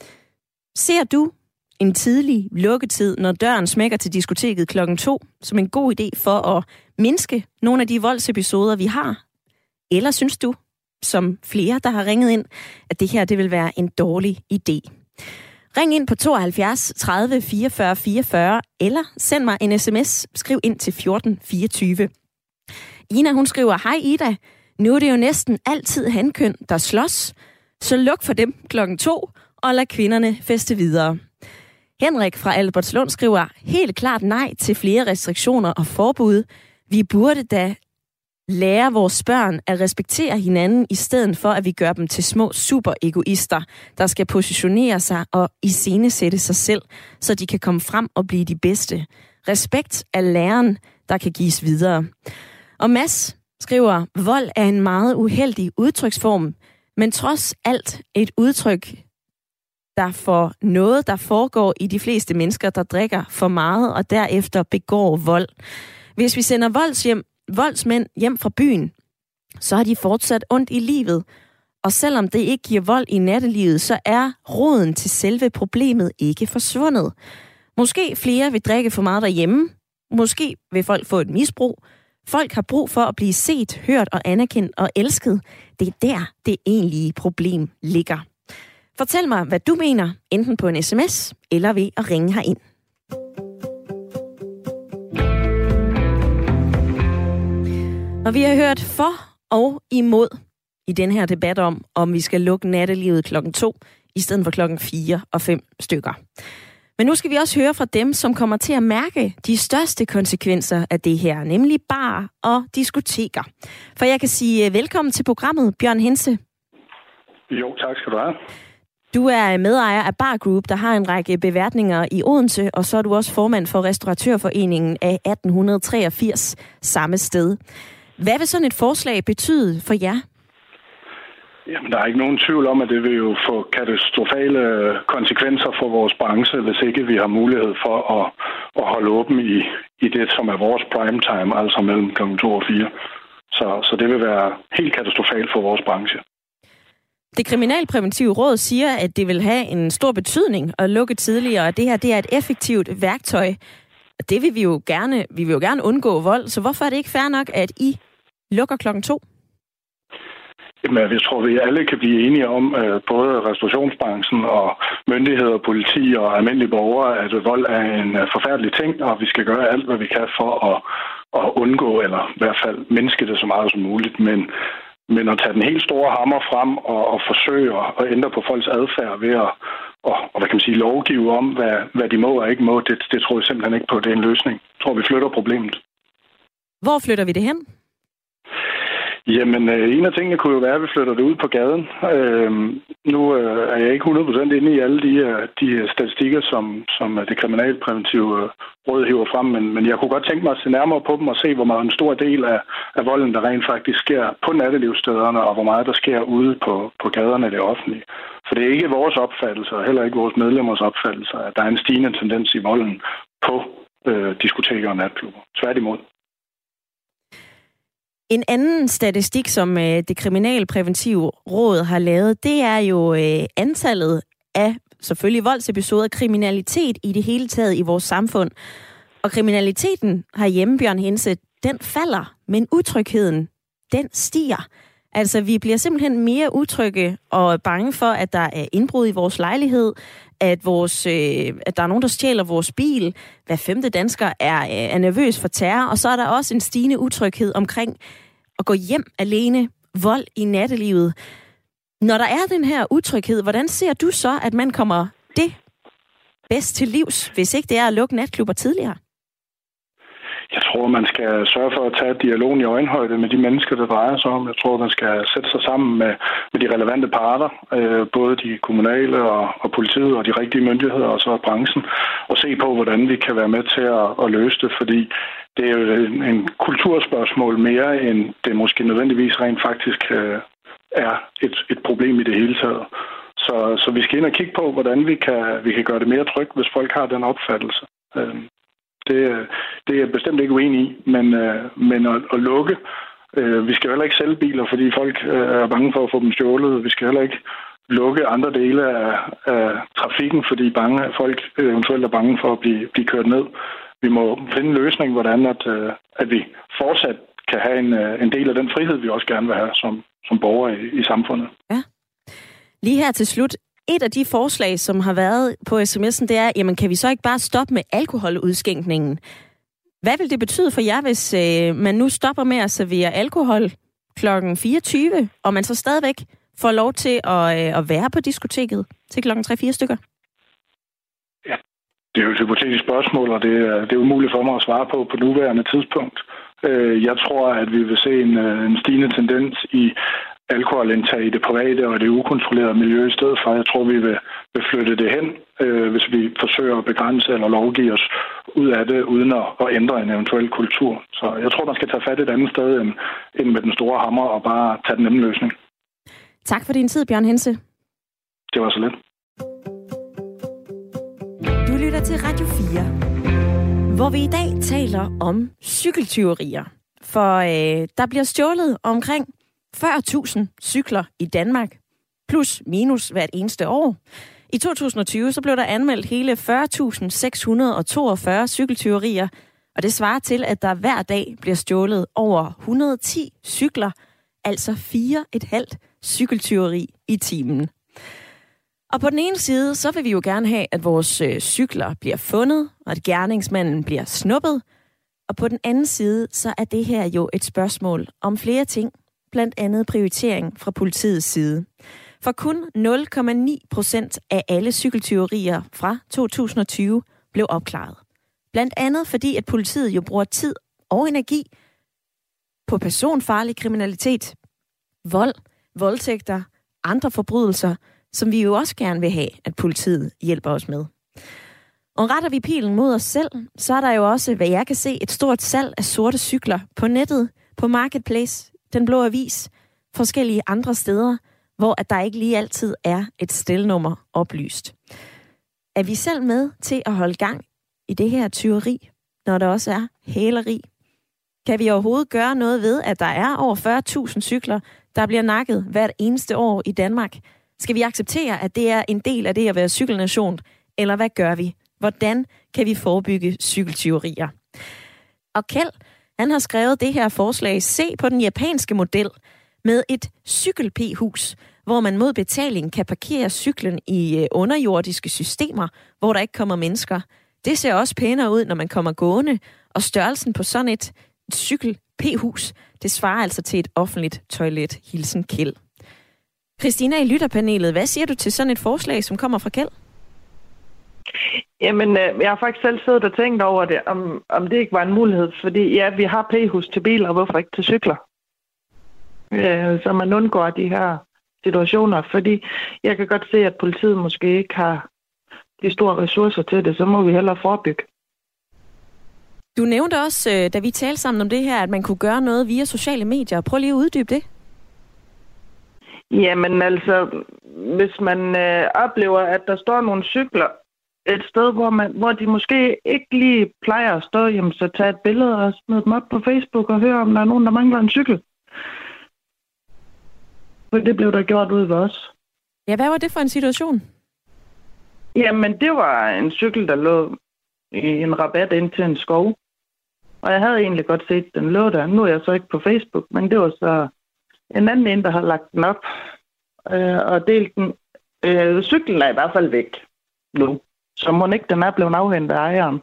Ser du en tidlig lukketid, når døren smækker til diskoteket klokken 2, som en god idé for at mindske nogle af de voldsepisoder, vi har? Eller synes du, som flere, der har ringet ind, at det her det vil være en dårlig idé? Ring ind på 72 30 44 44, eller send mig en sms. Skriv ind til 1424. Ina, hun skriver, hej Ida, nu er det jo næsten altid hankøn, der slås, så luk for dem klokken 2, og lad kvinderne feste videre. Henrik fra Albertslund skriver, helt klart nej til flere restriktioner og forbud. Vi burde da lære vores børn at respektere hinanden, i stedet for at vi gør dem til små superegoister, der skal positionere sig og iscenesætte sig selv, så de kan komme frem og blive de bedste. Respekt er læren, der kan gives videre. Og Mads skriver, vold er en meget uheldig udtryksform, men trods alt et udtryk, der for noget, der foregår i de fleste mennesker, der drikker for meget og derefter begår vold. Hvis vi sender voldsmænd hjem fra byen, så har de fortsat ondt i livet. Og selvom det ikke giver vold i nattelivet, så er roden til selve problemet ikke forsvundet. Måske flere vil drikke for meget derhjemme. Måske vil folk få et misbrug. Folk har brug for at blive set, hørt og anerkendt og elsket. Det er der, det egentlige problem ligger. Fortæl mig, hvad du mener, enten på en sms eller ved at ringe herind. Og vi har hørt for og imod i den her debat om vi skal lukke nattelivet klokken 2 i stedet for klokken 4 og 5 stykker. Men nu skal vi også høre fra dem, som kommer til at mærke de største konsekvenser af det her, nemlig barer og diskoteker. For jeg kan sige velkommen til programmet, Bjørn Hense. Jo, tak skal du have. Du er medejer af Bar Group, der har en række beværtninger i Odense, og så er du også formand for Restauratørforeningen af 1883 samme sted. Hvad vil sådan et forslag betyde for jer? Jamen, der er ikke nogen tvivl om, at det vil jo få katastrofale konsekvenser for vores branche, hvis ikke vi har mulighed for at holde åben i det, som er vores prime time, altså mellem kl. 2 og 4. Så det vil være helt katastrofalt for vores branche. Det kriminalpræventive råd siger, at det vil have en stor betydning at lukke tidligere, og det her det er et effektivt værktøj. Det vil vi jo gerne undgå vold, så hvorfor er det ikke fair nok, at I lukker klokken 2? Jamen, jeg tror, vi alle kan blive enige om, både restaurationsbranchen og myndigheder, politi og almindelige borgere, at vold er en forfærdelig ting, og vi skal gøre alt, hvad vi kan for at undgå, eller i hvert fald mindske det så meget som muligt. Men at tage den helt store hammer frem og forsøge at ændre på folks adfærd ved at hvad kan man sige, lovgive om, hvad de må og ikke må, det tror jeg simpelthen ikke på, det er en løsning. Jeg tror, vi flytter problemet. Hvor flytter vi det hen? Jamen, en af tingene kunne jo være, at vi flytter det ud på gaden. Nu er jeg ikke 100% inde i alle de statistikker, som det kriminalpræventive råd hiver frem, men jeg kunne godt tænke mig at se nærmere på dem og se, hvor meget en stor del af volden, der rent faktisk sker på nattelivsstederne, og hvor meget der sker ude på gaderne af det offentlige. For det er ikke vores opfattelse, og heller ikke vores medlemmers opfattelse, at der er en stigende tendens i volden på diskoteker og natklubber. Tværtimod. En anden statistik, som det kriminalpræventive råd har lavet, det er jo antallet af selvfølgelig voldsepisoder, kriminalitet i det hele taget i vores samfund. Og kriminaliteten herhjemme, Bjørn Hense, den falder, men utrygheden, den stiger. Altså, vi bliver simpelthen mere utrygge og bange for, at der er indbrud i vores lejlighed, at der er nogen, der stjæler vores bil. Hver 5. dansker er nervøs for terror, og så er der også en stigende utryghed omkring at gå hjem alene, vold i nattelivet. Når der er den her utryghed, hvordan ser du så, at man kommer det bedst til livs, hvis ikke det er at lukke natklubber tidligere? Jeg tror, man skal sørge for at tage dialogen i øjenhøjde med de mennesker, der drejer sig om. Jeg tror, man skal sætte sig sammen med de relevante parter, både de kommunale og politiet og de rigtige myndigheder og så branchen, og se på, hvordan vi kan være med til at løse det, fordi det er jo en kulturspørgsmål mere, end det måske nødvendigvis rent faktisk er et problem i det hele taget. Så vi skal ind og kigge på, hvordan vi kan gøre det mere trygt, hvis folk har den opfattelse. Det er jeg bestemt ikke uenig i, men at lukke. Vi skal heller ikke sælge biler, fordi folk er bange for at få dem stjålet. Vi skal heller ikke lukke andre dele af trafikken, fordi folk eventuelt er bange for at blive kørt ned. Vi må finde en løsning, hvordan at vi fortsat kan have en del af den frihed, vi også gerne vil have som borgere i samfundet. Ja. Lige her til slut. Et af de forslag, som har været på sms'en, det er, jamen kan vi så ikke bare stoppe med alkoholudskænkningen? Hvad vil det betyde for jer, hvis man nu stopper med at servere alkohol kl. 24, og man så stadigvæk får lov til at være på diskoteket til kl. 3-4 stykker? Ja, det er jo et hypotetisk spørgsmål, og det er umuligt for mig at svare på nuværende tidspunkt. Jeg tror, at vi vil se en stigende tendens i alkoholindtag i det private og det ukontrollerede miljø i stedet for. Jeg tror, vi vil flytte det hen, hvis vi forsøger at begrænse eller lovgive os ud af det, uden at ændre en eventuel kultur. Så jeg tror, man skal tage fat et andet sted end med den store hammer og bare tage den nemme løsning. Tak for din tid, Bjørn Hense. Det var så lidt. Du lytter til Radio 4, hvor vi i dag taler om cykeltyverier. For der bliver stjålet omkring 40.000 cykler i Danmark, plus minus hvert eneste år. I 2020 så blev der anmeldt hele 40.642 cykeltyverier, og det svarer til, at der hver dag bliver stjålet over 110 cykler, altså 4,5 cykeltyveri i timen. Og på den ene side, så vil vi jo gerne have, at vores cykler bliver fundet, og at gerningsmanden bliver snuppet. Og på den anden side, så er det her jo et spørgsmål om flere ting, blandt andet prioritering fra politiets side. For kun 0,9% af alle cykeltyverier fra 2020 blev opklaret. Blandt andet fordi, at politiet jo bruger tid og energi på personfarlig kriminalitet, vold, voldtægter, andre forbrydelser, som vi jo også gerne vil have, at politiet hjælper os med. Og retter vi pilen mod os selv, så er der jo også, hvad jeg kan se, et stort salg af sorte cykler på nettet, på Marketplace, Den Blå Avis, forskellige andre steder, hvor at der ikke lige altid er et stelnummer oplyst. Er vi selv med til at holde gang i det her tyveri, når der også er hæleri? Kan vi overhovedet gøre noget ved, at der er over 40.000 cykler, der bliver nakket hvert eneste år i Danmark? Skal vi acceptere, at det er en del af det at være cykelnation? Eller hvad gør vi? Hvordan kan vi forebygge cykeltyverier? Og Kjeld, han har skrevet det her forslag. Se på den japanske model med et cykel-P-hus, hvor man mod betaling kan parkere cyklen i underjordiske systemer, hvor der ikke kommer mennesker. Det ser også pænere ud, når man kommer gående, og størrelsen på sådan et cykel-P-hus, det svarer altså til et offentligt toilet. Hilsen Kjeld. Christina i lytterpanelet, hvad siger du til sådan et forslag, som kommer fra Kjeld? Jamen, jeg har faktisk selv siddet og tænkt over det, om det ikke var en mulighed, fordi ja, vi har P-hus til biler, og hvorfor ikke til cykler? så man undgår de her situationer. Fordi jeg kan godt se, at politiet måske ikke har de store ressourcer til det, så må vi hellere forebygge. Du nævnte også, da vi talte sammen om det her, at man kunne gøre noget via sociale medier. Prøv lige at uddybe det. Jamen altså, hvis man oplever, at der står nogle cykler et sted, hvor de måske ikke lige plejer at stå, jamen, så tag et billede og smid dem op på Facebook og hør, om der er nogen, der mangler en cykel. For det blev der gjort ude ved os. Ja, hvad var det for en situation? Jamen, det var en cykel, der lå i en rabat ind til en skov. Og jeg havde egentlig godt set, den lå der. Nu er jeg så ikke på Facebook, men det var så en anden en, der har lagt den op og delt den. Cyklen er i hvert fald væk nu. Så må ikke den er blevet afhentet af ejeren.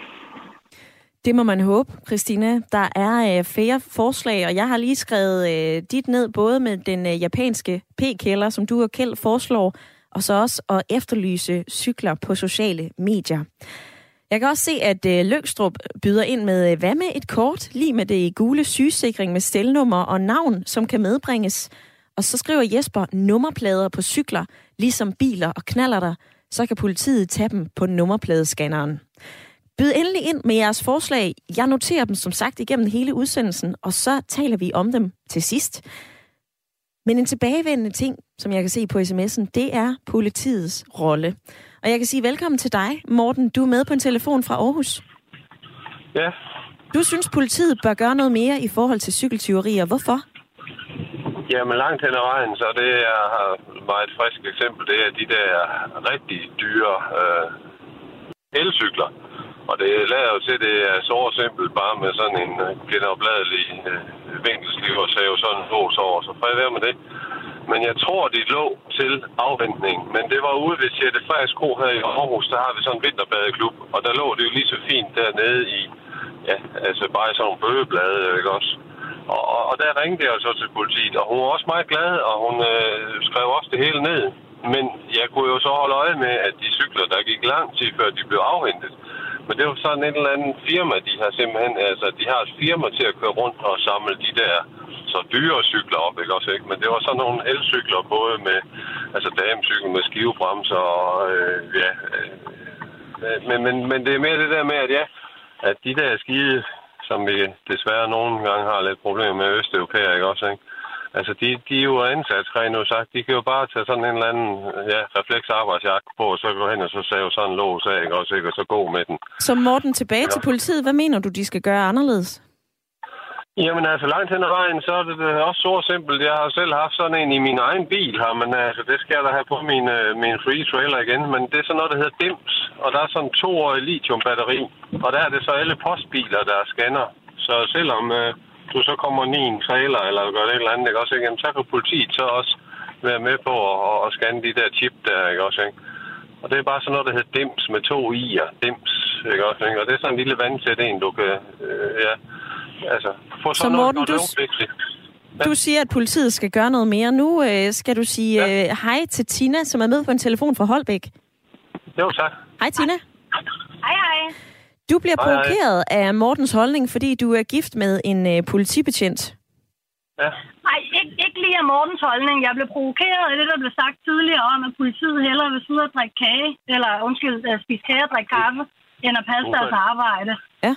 Det må man håbe, Christina. Der er flere forslag, og jeg har lige skrevet dit ned, både med den japanske p-kælder, som du og Kjeld foreslår, og så også at efterlyse cykler på sociale medier. Jeg kan også se, at Løgstrup byder ind med, hvad med et kort, lige med det gule sygesikring med stelnummer og navn, som kan medbringes. Og så skriver Jesper, nummerplader på cykler, ligesom biler og knallerter, så kan politiet tage dem på nummerpladescanneren. Byd endelig ind med jeres forslag. Jeg noterer dem som sagt igennem hele udsendelsen, og så taler vi om dem til sidst. Men en tilbagevendende ting, som jeg kan se på sms'en, det er politiets rolle. Og jeg kan sige velkommen til dig, Morten. Du er med på en telefon fra Aarhus. Ja. Du synes, politiet bør gøre noget mere i forhold til cykeltyverier. Hvorfor? Jamen langt hen ad vejen, så det er et meget frisk eksempel, det er de der rigtig dyre elcykler. Og det lader jo til, det er så simpelt bare med sådan en genopladelig vinkelsliv og save sådan en lås over. Så fred være med det. Men jeg tror, de lå til afventning. Men det var ude ved Sjette Frederiks Kro her i Aarhus, der har vi sådan en vinterbadeklub. Og der lå det jo lige så fint dernede i, ja, altså bare sådan nogle bøgeblade, ikke også? Og der ringte jeg så til politiet, og hun var også meget glad, og hun skrev også det hele ned. Men jeg kunne jo så holde øje med, at de cykler, der gik lang tid før de blev afhentet. Men det var sådan et eller andet firma, de har simpelthen, altså de har et firma til at køre rundt og samle de der så dyre cykler op, ikke også, ikke? Men det var sådan nogle elcykler, både med, altså damecykler med skivebremser og, men det er mere det der med, at ja, at de der skide, som vi desværre nogle gange har lidt problemer med østeuropæer, ikke også, ikke? Altså, de er jo ansat, rent sagt. De kan jo bare tage sådan en eller anden refleksarbejdsjagt på, og så gå hen og så save sådan en lås af, ikke også, ikke? Og så gå med den. Så Morten, tilbage til politiet. Hvad mener du, de skal gøre anderledes? Jamen altså, langt hen ad vejen, så er det også så simpelt. Jeg har selv haft sådan en i min egen bil her, men altså, det skal jeg da have på min free trailer igen. Men det er sådan noget, der hedder DIMS, og der er sådan 2-årig lithiumbatteri. Og der er det så alle postbiler, der scanner. Så selvom du så kommer i en trailer, eller gør det et eller andet, ikke også, ikke? Så kan politiet så også være med på at scanne de der chip der, ikke også, ikke? Og det er bare sådan noget, der hedder DIMS med 2 i'er. DIMS, ikke også, ikke? Og det er sådan en lille vandtæt en, du kan, altså, få sådan så Morten, noget. Du siger, at politiet skal gøre noget mere. Nu skal du sige hej til Tina, som er med på en telefon fra Holbæk. Jo, tak. Hej, Tina. Hej, hej. Du bliver provokeret af Mortens holdning, fordi du er gift med en politibetjent. Ja. Nej, ikke lige af Mortens holdning. Jeg blev provokeret af det, der blev sagt tidligere om, at politiet hellere vil sidde og drikke kage, eller spise kage og drikke kaffe, end at passe deres arbejde. Ja.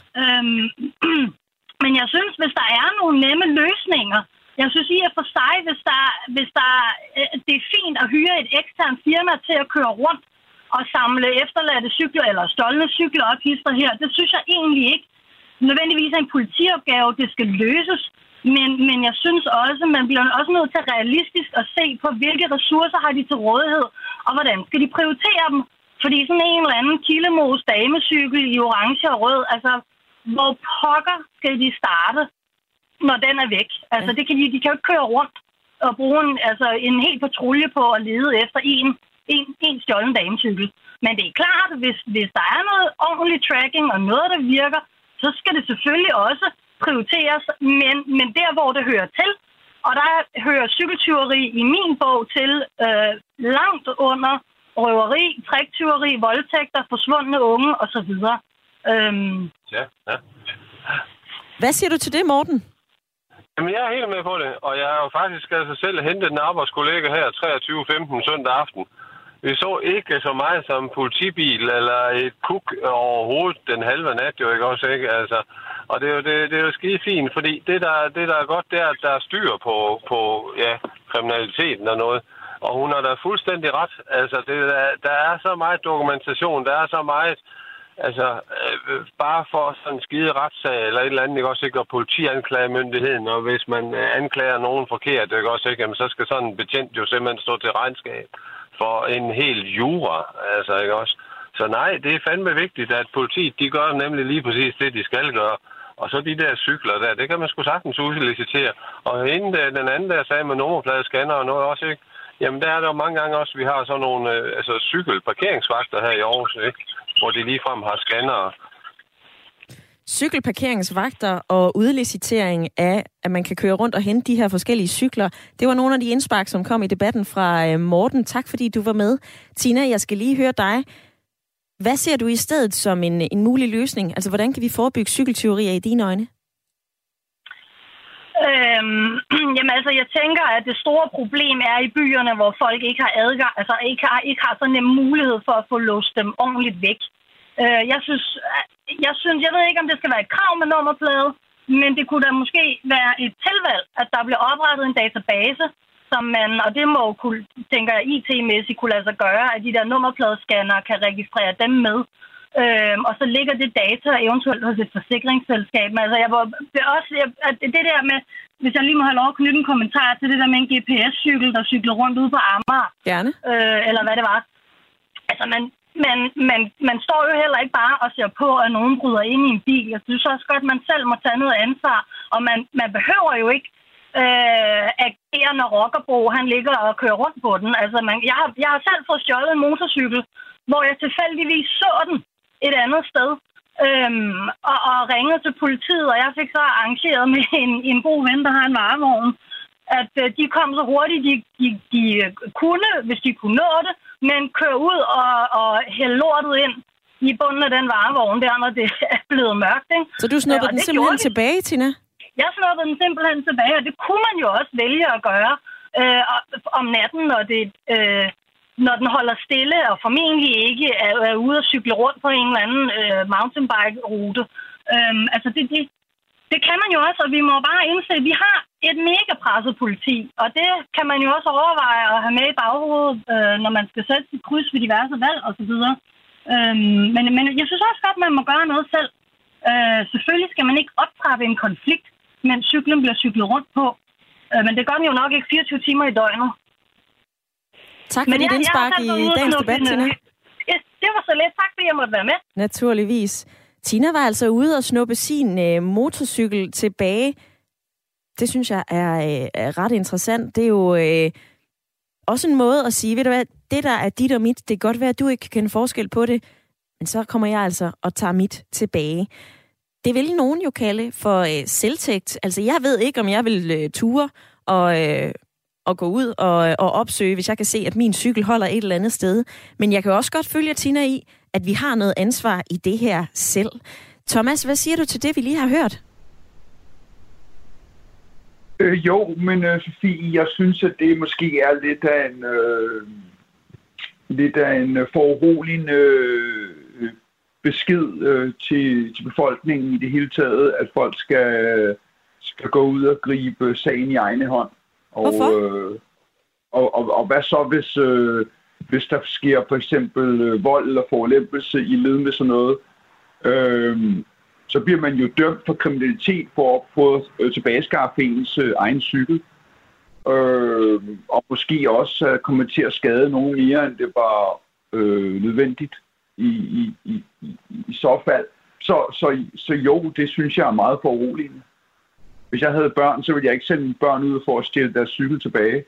Men jeg synes, hvis der er nogle nemme løsninger, jeg synes i og for sig, hvis det er fint at hyre et eksternt firma til at køre rundt og samle efterladte cykler eller stjålne cykler op hister her, det synes jeg egentlig ikke nødvendigvis er en politiopgave, det skal løses. Men jeg synes også, man bliver også nødt til realistisk at se på, hvilke ressourcer har de til rådighed, og hvordan skal de prioritere dem. Fordi sådan en eller anden Kildemos damecykel i orange og rød, altså hvor pokker skal de starte, når den er væk? Altså det kan de kan jo ikke køre rundt og bruge en hel patrulje på at lede efter en stjålen damecykel. Men det er klart, hvis der er noget ordentlig tracking og noget, der virker, så skal det selvfølgelig også prioriteres, men der, hvor det hører til, og der hører cykeltyveri i min bog til langt under røveri, tricktyveri, voldtægter, forsvundne unge osv. Ja. Hvad siger du til det, Morten? Jamen, jeg er helt med på det, og jeg har jo faktisk altså selv hentet en arbejdskollega her 23.15 søndag aften. Vi så ikke så meget som politibil eller et kuk overhovedet den halve nat, jo ikke også, ikke? Altså, og det er jo skide fint, fordi det der er godt, det er, at der er styr på kriminaliteten og noget. Og hun har da fuldstændig ret. Altså, der er så meget dokumentation, der er så meget. Altså, bare for sådan en skide retssag eller et eller andet, ikke også, ikke? Og politianklagemyndigheden, og hvis man anklager nogen forkert, ikke også, ikke? Jamen, så skal sådan en betjent jo simpelthen stå til regnskab for en hel jura, altså, ikke også? Så nej, det er fandme vigtigt, at politiet, de gør nemlig lige præcis det, de skal gøre. Og så de der cykler der, det kan man sgu sagtens udlicitere. Og inden den anden der sagde med nummerpladescanner og noget også, ikke? Jamen, der er der jo mange gange også, vi har sådan nogle cykelparkeringsvagter her i Aarhus, ikke? Hvor de ligefrem har scannere. Cykelparkeringsvagter og udlicitering af, at man kan køre rundt og hente de her forskellige cykler. Det var nogle af de indspark, som kom i debatten fra Morten. Tak fordi du var med. Tina, jeg skal lige høre dig. Hvad ser du i stedet som en mulig løsning? Altså, hvordan kan vi forebygge cykeltyverier i dine øjne? Jamen altså, jeg tænker, at det store problem er i byerne, hvor folk ikke har adgang, altså ikke har sådan en mulighed for at få låst dem ordentligt væk. Jeg ved ikke, om det skal være et krav med nummerplade, men det kunne da måske være et tilvalg, at der bliver oprettet en database, som man, og det må kunne, tænker jeg, IT-mæssigt kunne lade sig gøre, at de der nummerpladescanner kan registrere dem med. Og så ligger det data eventuelt hos et forsikringsselskab. Men altså, det der med, hvis jeg lige må have lov at knytte en kommentar til det der med en GPS-cykel, der cykler rundt ude på Amager. Gerne. Eller hvad det var. Altså, man står jo heller ikke bare og ser på, at nogen bryder ind i en bil. Jeg synes også godt, at man selv må tage noget ansvar. Og man behøver jo ikke agere, når Rockerbro han ligger og kører rundt på den. Altså, jeg har selv fået stjålet en motorcykel, hvor jeg tilfældigvis så den et andet sted, og ringede til politiet, og jeg fik så arrangeret med en god ven, der har en varevogn, at de kom så hurtigt, de kunne, hvis de kunne nå det, men køre ud og hælde lortet ind i bunden af den varevogn der, når det er blevet mørkt. Ikke? Så du snuppede den simpelthen tilbage, Tina? Jeg snuppede den simpelthen tilbage, og det kunne man jo også vælge at gøre om natten, når den holder stille, og formentlig ikke er ude at cykle rundt på en eller anden mountainbike-rute. Altså, det kan man jo også, og vi må bare indse, at vi har et mega presset politi, og det kan man jo også overveje at have med i baghovedet, når man skal sætte sit kryds ved diverse valg osv. Men jeg synes også godt, at man må gøre noget selv. Selvfølgelig skal man ikke optrappe en konflikt, mens cyklen bliver cyklet rundt på. Men det gør den jo nok ikke 24 timer i døgnet. Tak for dit indspark i dagens debat, Tina. Det var så lidt. Tak, fordi jeg måtte være med. Naturligvis. Tina var altså ude og snuppe sin motorcykel tilbage. Det synes jeg er ret interessant. Det er jo også en måde at sige, ved du hvad, det der er dit og mit, det kan godt være, at du ikke kan kende forskel på det, men så kommer jeg altså og tager mit tilbage. Det vil nogen jo kalde for selvtægt. Altså, jeg ved ikke, om jeg vil ture og gå ud og opsøge, hvis jeg kan se, at min cykel holder et eller andet sted. Men jeg kan også godt følge Tina i, at vi har noget ansvar i det her selv. Thomas, hvad siger du til det, vi lige har hørt? Jo, men Sofie, jeg synes, at det måske er lidt af en foruroligende besked til befolkningen i det hele taget, at folk skal gå ud og gribe sagen i egne hånd. Og hvad så, hvis der sker for eksempel vold eller forulempelse i led med sådan noget, så bliver man jo dømt for kriminalitet for at få tilbageskaffe ens egen cykel. Og måske også komme til at skade nogen mere, end det var nødvendigt i så fald. Så jo, det synes jeg er meget foruroligende. Hvis jeg havde børn, så ville jeg ikke sende mine børn ud for at stjæle deres cykel tilbage.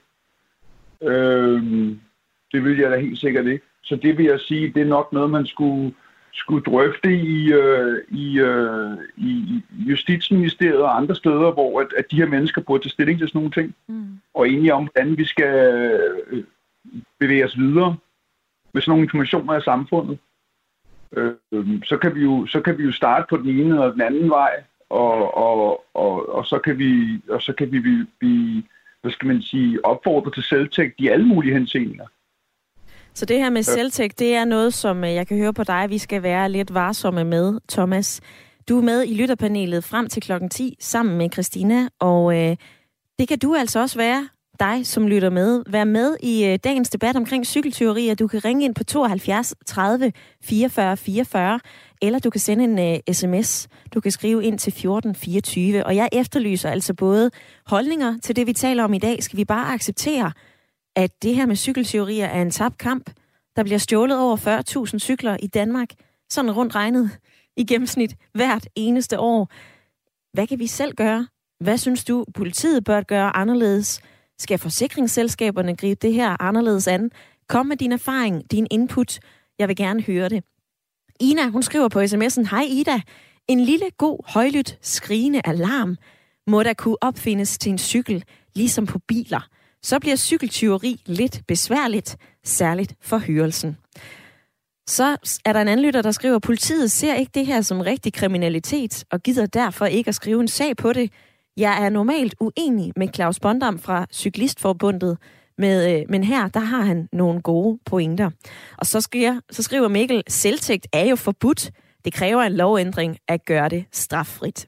Det ville jeg da helt sikkert ikke. Så det vil jeg sige, det er nok noget, man skulle drøfte i Justitsministeriet og andre steder, hvor at de her mennesker burde tage stilling til sådan nogle ting. Og enige om, hvordan vi skal bevæge os videre med sådan nogle informationer af samfundet. Så kan vi jo starte på den ene og den anden vej. og så kan vi blive, hvad skal man sige, opfordret til selvtægt i alle mulige henseender. Så det her med selvtægt, det er noget, som jeg kan høre på dig, vi skal være lidt varsomme med, Thomas. Du er med i lytterpanelet frem til klokken 10 sammen med Christina, og det kan du altså også være, dig som lytter med. Vær med i dagens debat omkring cykeltyverier. Du kan ringe ind på 72 30 44 44, eller du kan sende en sms. Du kan skrive ind til 1424, og jeg efterlyser altså både holdninger til det, vi taler om i dag. Skal vi bare acceptere, at det her med cykeltyverier er en tabt kamp? Der bliver stjålet over 40.000 cykler i Danmark, sådan rundt regnet i gennemsnit hvert eneste år. Hvad kan vi selv gøre? Hvad synes du, politiet bør gøre anderledes? Skal forsikringsselskaberne gribe det her anderledes an? Kom med din erfaring, din input. Jeg vil gerne høre det. Ina, hun skriver på sms'en, hej Ida, en lille, god, højlydt, skrigende alarm må der kunne opfindes til en cykel, ligesom på biler. Så bliver cykeltyveri lidt besværligt, særligt for hørelsen. Så er der en anden lytter, der skriver, politiet ser ikke det her som rigtig kriminalitet, og gider derfor ikke at skrive en sag på det. Jeg er normalt uenig med Claus Bondam fra Cyklistforbundet, men her, der har han nogle gode pointer. Og så skriver Mikkel, selvtægt er jo forbudt. Det kræver en lovændring at gøre det straffrit.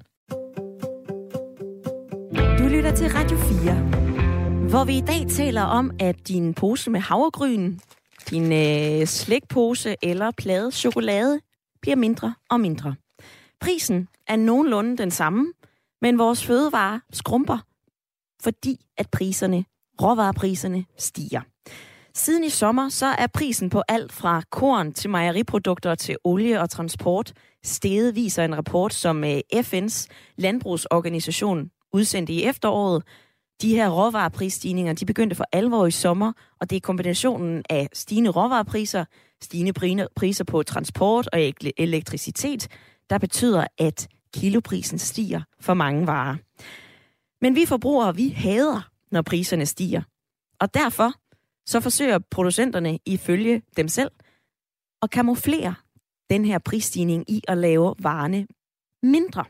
Du lytter til Radio 4, hvor vi i dag taler om, at din pose med havregryn, din slikpose eller plade chokolade bliver mindre og mindre. Prisen er nogenlunde den samme, men vores fødevarer skrumper, fordi at råvarepriserne stiger. Siden i sommer, så er prisen på alt fra korn til mejeriprodukter til olie og transport steget, viser en rapport, som FN's landbrugsorganisation udsendte i efteråret. De her råvareprisstigninger, de begyndte for alvor i sommer, og det er kombinationen af stigende råvarepriser, stigende priser på transport og elektricitet, der betyder, at kiloprisen stiger for mange varer. Men vi forbrugere, vi hader, når priserne stiger. Og derfor så forsøger producenterne ifølge dem selv at kamuflere den her prisstigning i at lave varerne mindre.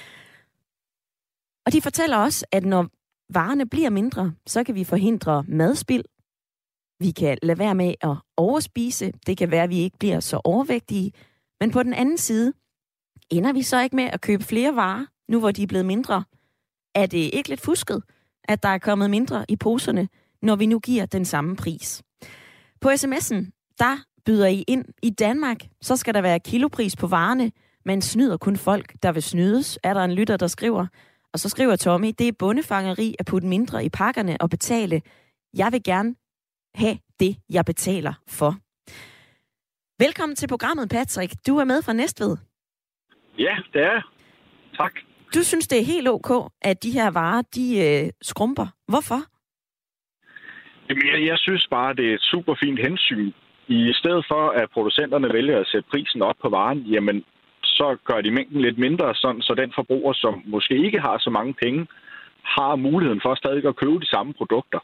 Og de fortæller også, at når varerne bliver mindre, så kan vi forhindre madspild. Vi kan lade være med at overspise. Det kan være, at vi ikke bliver så overvægtige. Men på den anden side, ender vi så ikke med at købe flere varer, nu hvor de er blevet mindre? Er det ikke lidt fusket, at der er kommet mindre i poserne, når vi nu giver den samme pris? På sms'en, der byder I ind. I Danmark, så skal der være kilopris på varerne. Man snyder kun folk, der vil snydes, er der en lytter, der skriver. Og så skriver Tommy, det er bondefangeri at putte mindre i pakkerne og betale. Jeg vil gerne have det, jeg betaler for. Velkommen til programmet, Patrick. Du er med fra Næstved. Ja, det er. Tak. Du synes, det er helt ok, at de her varer, de skrumper. Hvorfor? Jamen, jeg synes bare, det er et super fint hensyn. I stedet for, at producenterne vælger at sætte prisen op på varen, jamen, så gør de mængden lidt mindre, sådan, så den forbruger, som måske ikke har så mange penge, har muligheden for stadig at købe de samme produkter.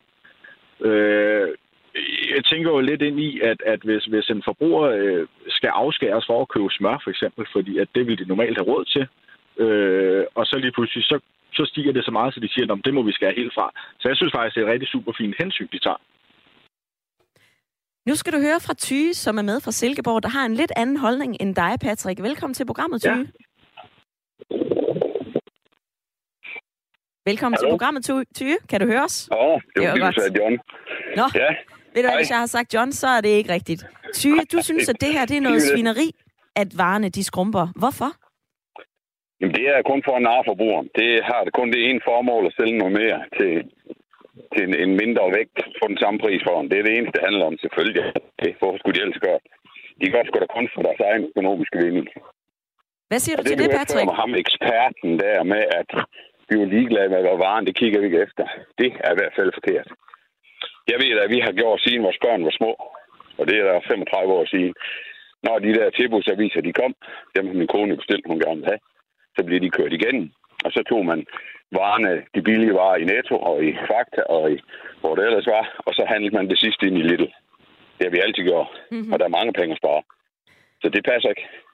Jeg tænker jo lidt ind i, at hvis en forbruger skal afskæres for at købe smør, for eksempel, fordi at det vil de normalt have råd til, og så lige pludselig, så stiger det så meget, så de siger, at det må vi skære helt fra. Så jeg synes faktisk, det er et rigtig super fint hensyn, de tager. Nu skal du høre fra Tyge, som er med fra Silkeborg, der har en lidt anden holdning end dig, Patrick. Velkommen til programmet, Tyge. Ja. Velkommen til programmet, Tyge. Kan du høre os? Det var godt. John. Nå, ja. Ved du hvad, hvis jeg har sagt John, så er det ikke rigtigt. Tyge, du synes, at det her det er noget svineri, at varerne de skrumper. Hvorfor? Jamen, det er kun for en narforbrugeren. Det har kun det ene formål at sælge noget mere til en mindre vægt på den samme pris for den. Det er det eneste, det handler om, selvfølgelig. Hvorfor skulle de ellers gøre? De gør sgu da kun for deres egen økonomiske vinding. Hvad siger du til det, Patrick? Det er ham eksperten der med, at vi er ligeglade med, hvad varen, det kigger vi ikke efter. Det er i hvert fald forkert. Jeg ved, at vi har gjort siden vores børn var små, og det er der 35 år siden. Når de der tilbudsaviser, de kom, dem har min kone bestilt, hun gerne vil have, så bliver de kørt igennem. Og så tog man varerne, de billige varer i Netto og i Fakta og i hvor det ellers var, og så handlede man det sidste ind i Lidl. Det har vi altid gjort, og der er mange penge at spare. Så det passer ikke.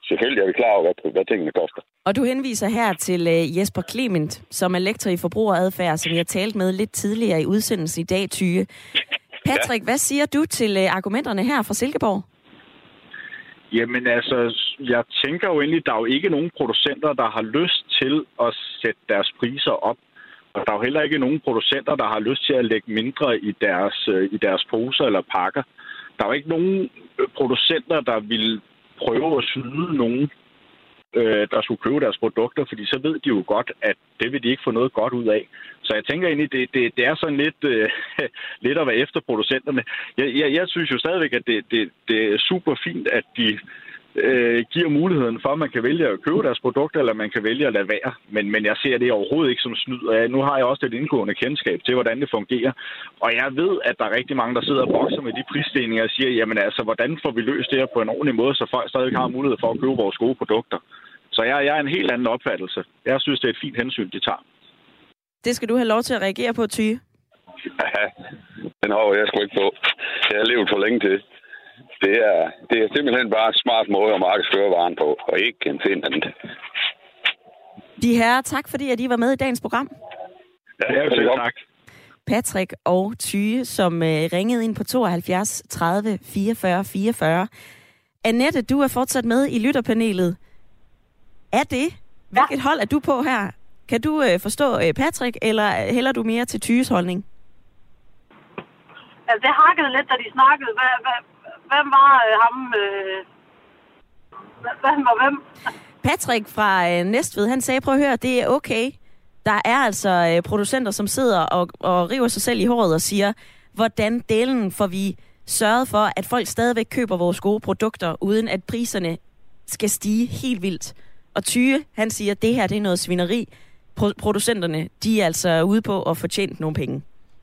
selvfølgelig er vi klar over, hvad tingene koster. Og du henviser her til Jesper Clement, som er lektor i forbrugeradfærd, som jeg talte med lidt tidligere i udsendelsen i dag, Tyge. Patrick, hvad siger du til argumenterne her fra Silkeborg? Jamen altså, jeg tænker jo egentlig, der er jo ikke nogen producenter, der har lyst til at sætte deres priser op. Og der er jo heller ikke nogen producenter, der har lyst til at lægge mindre i deres poser eller pakker. Der er jo ikke nogen producenter, der vil prøve at snyde nogen, der skulle købe deres produkter, fordi så ved de jo godt, at det vil de ikke få noget godt ud af. Så jeg tænker egentlig, det er sådan lidt at være efter producenterne. Jeg synes jo stadigvæk, at det er super fint, at de giver muligheden for, at man kan vælge at købe deres produkter, eller man kan vælge at lade være. Men jeg ser det overhovedet ikke som snyd. Og nu har jeg også et indgående kendskab til, hvordan det fungerer. Og jeg ved, at der er rigtig mange, der sidder og bokser med de prisstigninger og siger, jamen altså, hvordan får vi løst det her på en ordentlig måde, så folk stadig har mulighed for at købe vores gode produkter. Så jeg er en helt anden opfattelse. Jeg synes, det er et fint hensyn, de tager. Det skal du have lov til at reagere på, Tyge. Ja, den har jeg sgu ikke på. Jeg har levet for længe til. Det er simpelthen bare en smart måde at markedsføre varen på, og ikke en fin anden. De herrer, tak fordi at I var med i dagens program. Ja, tak. Patrick og Tyge, som ringede ind på 72 30 44 44. Annette, du er fortsat med i lytterpanelet. Er det? Hvilket hold er du på her? Kan du forstå Patrick, eller hælder du mere til Tyges holdning? Altså, det hakkede lidt, da de snakkede. Hvem var ham? Hvem var hvem? Patrick fra Næstved, han sagde, prøv at høre, det er okay. Der er altså producenter, som sidder og river sig selv i håret og siger, hvordan delen får vi sørget for, at folk stadigvæk køber vores gode produkter, uden at priserne skal stige helt vildt. Og Tyge, han siger, at det her det er noget svineri. Producenterne, de er altså ude på at fortjene nogle penge.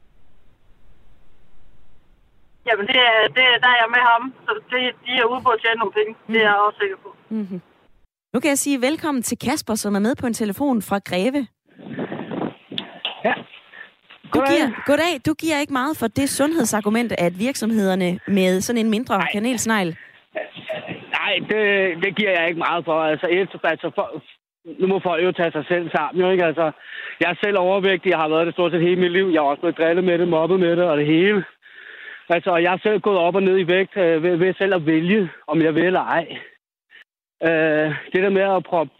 Jamen, der er jeg med ham. Så de er ude på at tjene nogle penge. Det er jeg også sikker på. Mm-hmm. Nu kan jeg sige velkommen til Kasper, som er med på en telefon fra Greve. Ja. Goddag. Du giver ikke meget for det sundhedsargument, at virksomhederne med sådan en mindre kanelsnegl... Nej, det giver jeg ikke meget for. Nu må folk jo tage sig selv sammen, jo ikke? Altså, jeg er selv overvægtig. Jeg har været det stort set hele mit liv. Jeg har også blevet drillet med det, mobbet med det og det hele. Altså, jeg har selv gået op og ned i vægt ved selv at vælge, om jeg vil eller ej. Det der med at proppe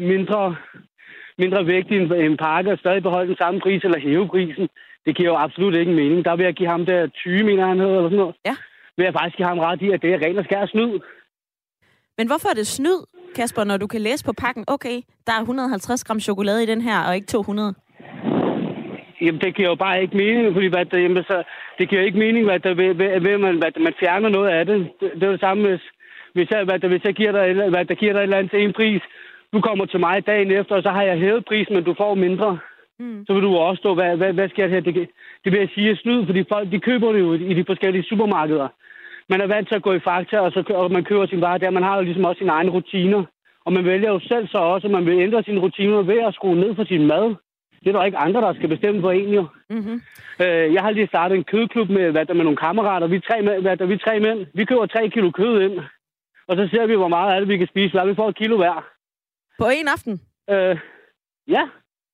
mindre vægt i en pakke og stadig beholde den samme pris eller hæve prisen, det giver jo absolut ikke mening. Der vil jeg give ham der 20, mener han hedder, eller sådan noget. Ja. Vil jeg faktisk give ham ret i, at det er ren og skær snyd. Men hvorfor er det snyd, Kasper, når du kan læse på pakken, okay, der er 150 gram chokolade i den her, og ikke 200? Jamen, det giver jo bare ikke mening, fordi det giver ikke mening, at man fjerner noget af det. Det er det samme, hvis jeg giver dig et eller andet til en pris. Du kommer til mig dagen efter, og så har jeg hævet prisen, men du får mindre. Så vil du også stå, hvad sker der her? Det vil jeg sige er snyd, fordi folk de køber det jo i de forskellige supermarkeder. Man er vant til at gå i Fakta, og man køber sin vare der. Man har jo ligesom også sine egne rutiner. Og man vælger jo selv så også, at man vil ændre sine rutiner ved at skrue ned for sin mad. Det er der ikke andre, der skal bestemme for en, jo. Mm-hmm. Jeg har lige startet en kødklub med nogle kammerater. Vi er 3 mænd. Vi køber 3 kilo kød ind. Og så ser vi, hvor meget af det, vi kan spise. Hvad vi får 1 kilo hver. På en aften? Ja.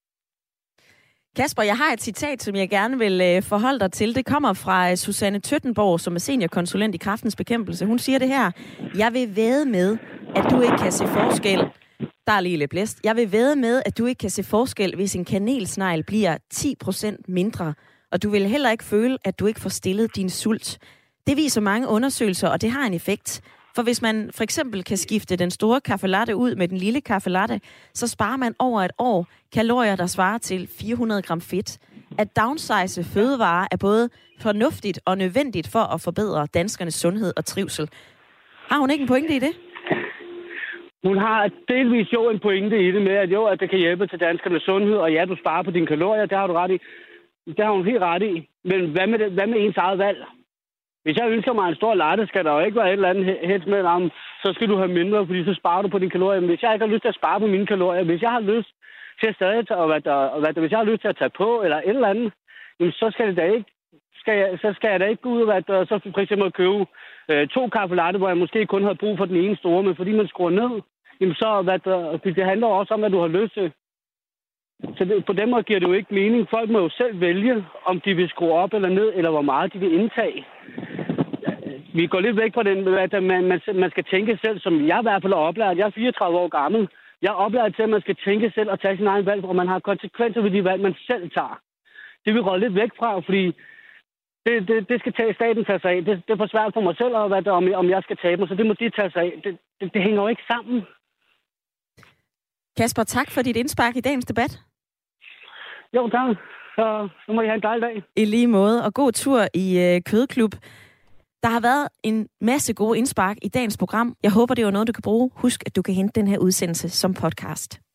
Kasper, jeg har et citat, som jeg gerne vil forholde dig til. Det kommer fra Susanne Tøttenborg, som er seniorkonsulent i Kræftens Bekæmpelse. Hun siger det her: jeg vil vædde med, at du ikke kan se forskel. Der er lige lidt blæst. Jeg vil vædde med, at du ikke kan se forskel, hvis en kanelsnegl bliver 10% mindre. Og du vil heller ikke føle, at du ikke får stillet din sult. Det viser mange undersøgelser, og det har en effekt. For hvis man for eksempel kan skifte den store kaffe latte ud med den lille kaffe latte, så sparer man over et år kalorier, der svarer til 400 gram fedt. At downsize fødevarer er både fornuftigt og nødvendigt for at forbedre danskernes sundhed og trivsel. Har hun ikke en pointe i det? Hun har delvis jo en pointe i det med, at det kan hjælpe til danskernes sundhed, og ja, du sparer på dine kalorier, det har du ret i. Det har hun helt ret i. Men hvad med ens eget valg? Hvis jeg ønsker mig en stor latte, skal der jo ikke være et eller andet hets med om, så skal du have mindre, fordi så sparer du på dine kalorier. Men hvis jeg ikke har lyst til at spare på mine kalorier, hvis jeg har lyst til at stadig hvis jeg har lyst til at tage på, eller et eller andet, så skal jeg da ikke gå ud og så for eksempel købe 2 kaffe latte, hvor jeg måske kun har brug for den ene store, men fordi man skruer ned jamen så det handler også om, hvad du har lyst til. Så på den måde giver det jo ikke mening. Folk må jo selv vælge, om de vil skrue op eller ned, eller hvor meget de vil indtage. Vi går lidt væk fra den, at man skal tænke selv, som jeg i hvert fald har oplært. Jeg er 34 år gammel. Jeg er oplært til, at man skal tænke selv og tage sin egen valg, og man har konsekvenser ved de valg, man selv tager. Det vil gå lidt væk fra, fordi det skal staten tage sig af. Det er for svært for mig selv, om jeg skal tabe mig, så det må de tage sig af. Det hænger jo ikke sammen. Kasper, tak for dit indspark i dagens debat. Jo, tak. Så må I have en dejlig dag. I lige måde, og god tur i Kødklub. Der har været en masse gode indspark i dagens program. Jeg håber, det var noget, du kan bruge. Husk, at du kan hente den her udsendelse som podcast.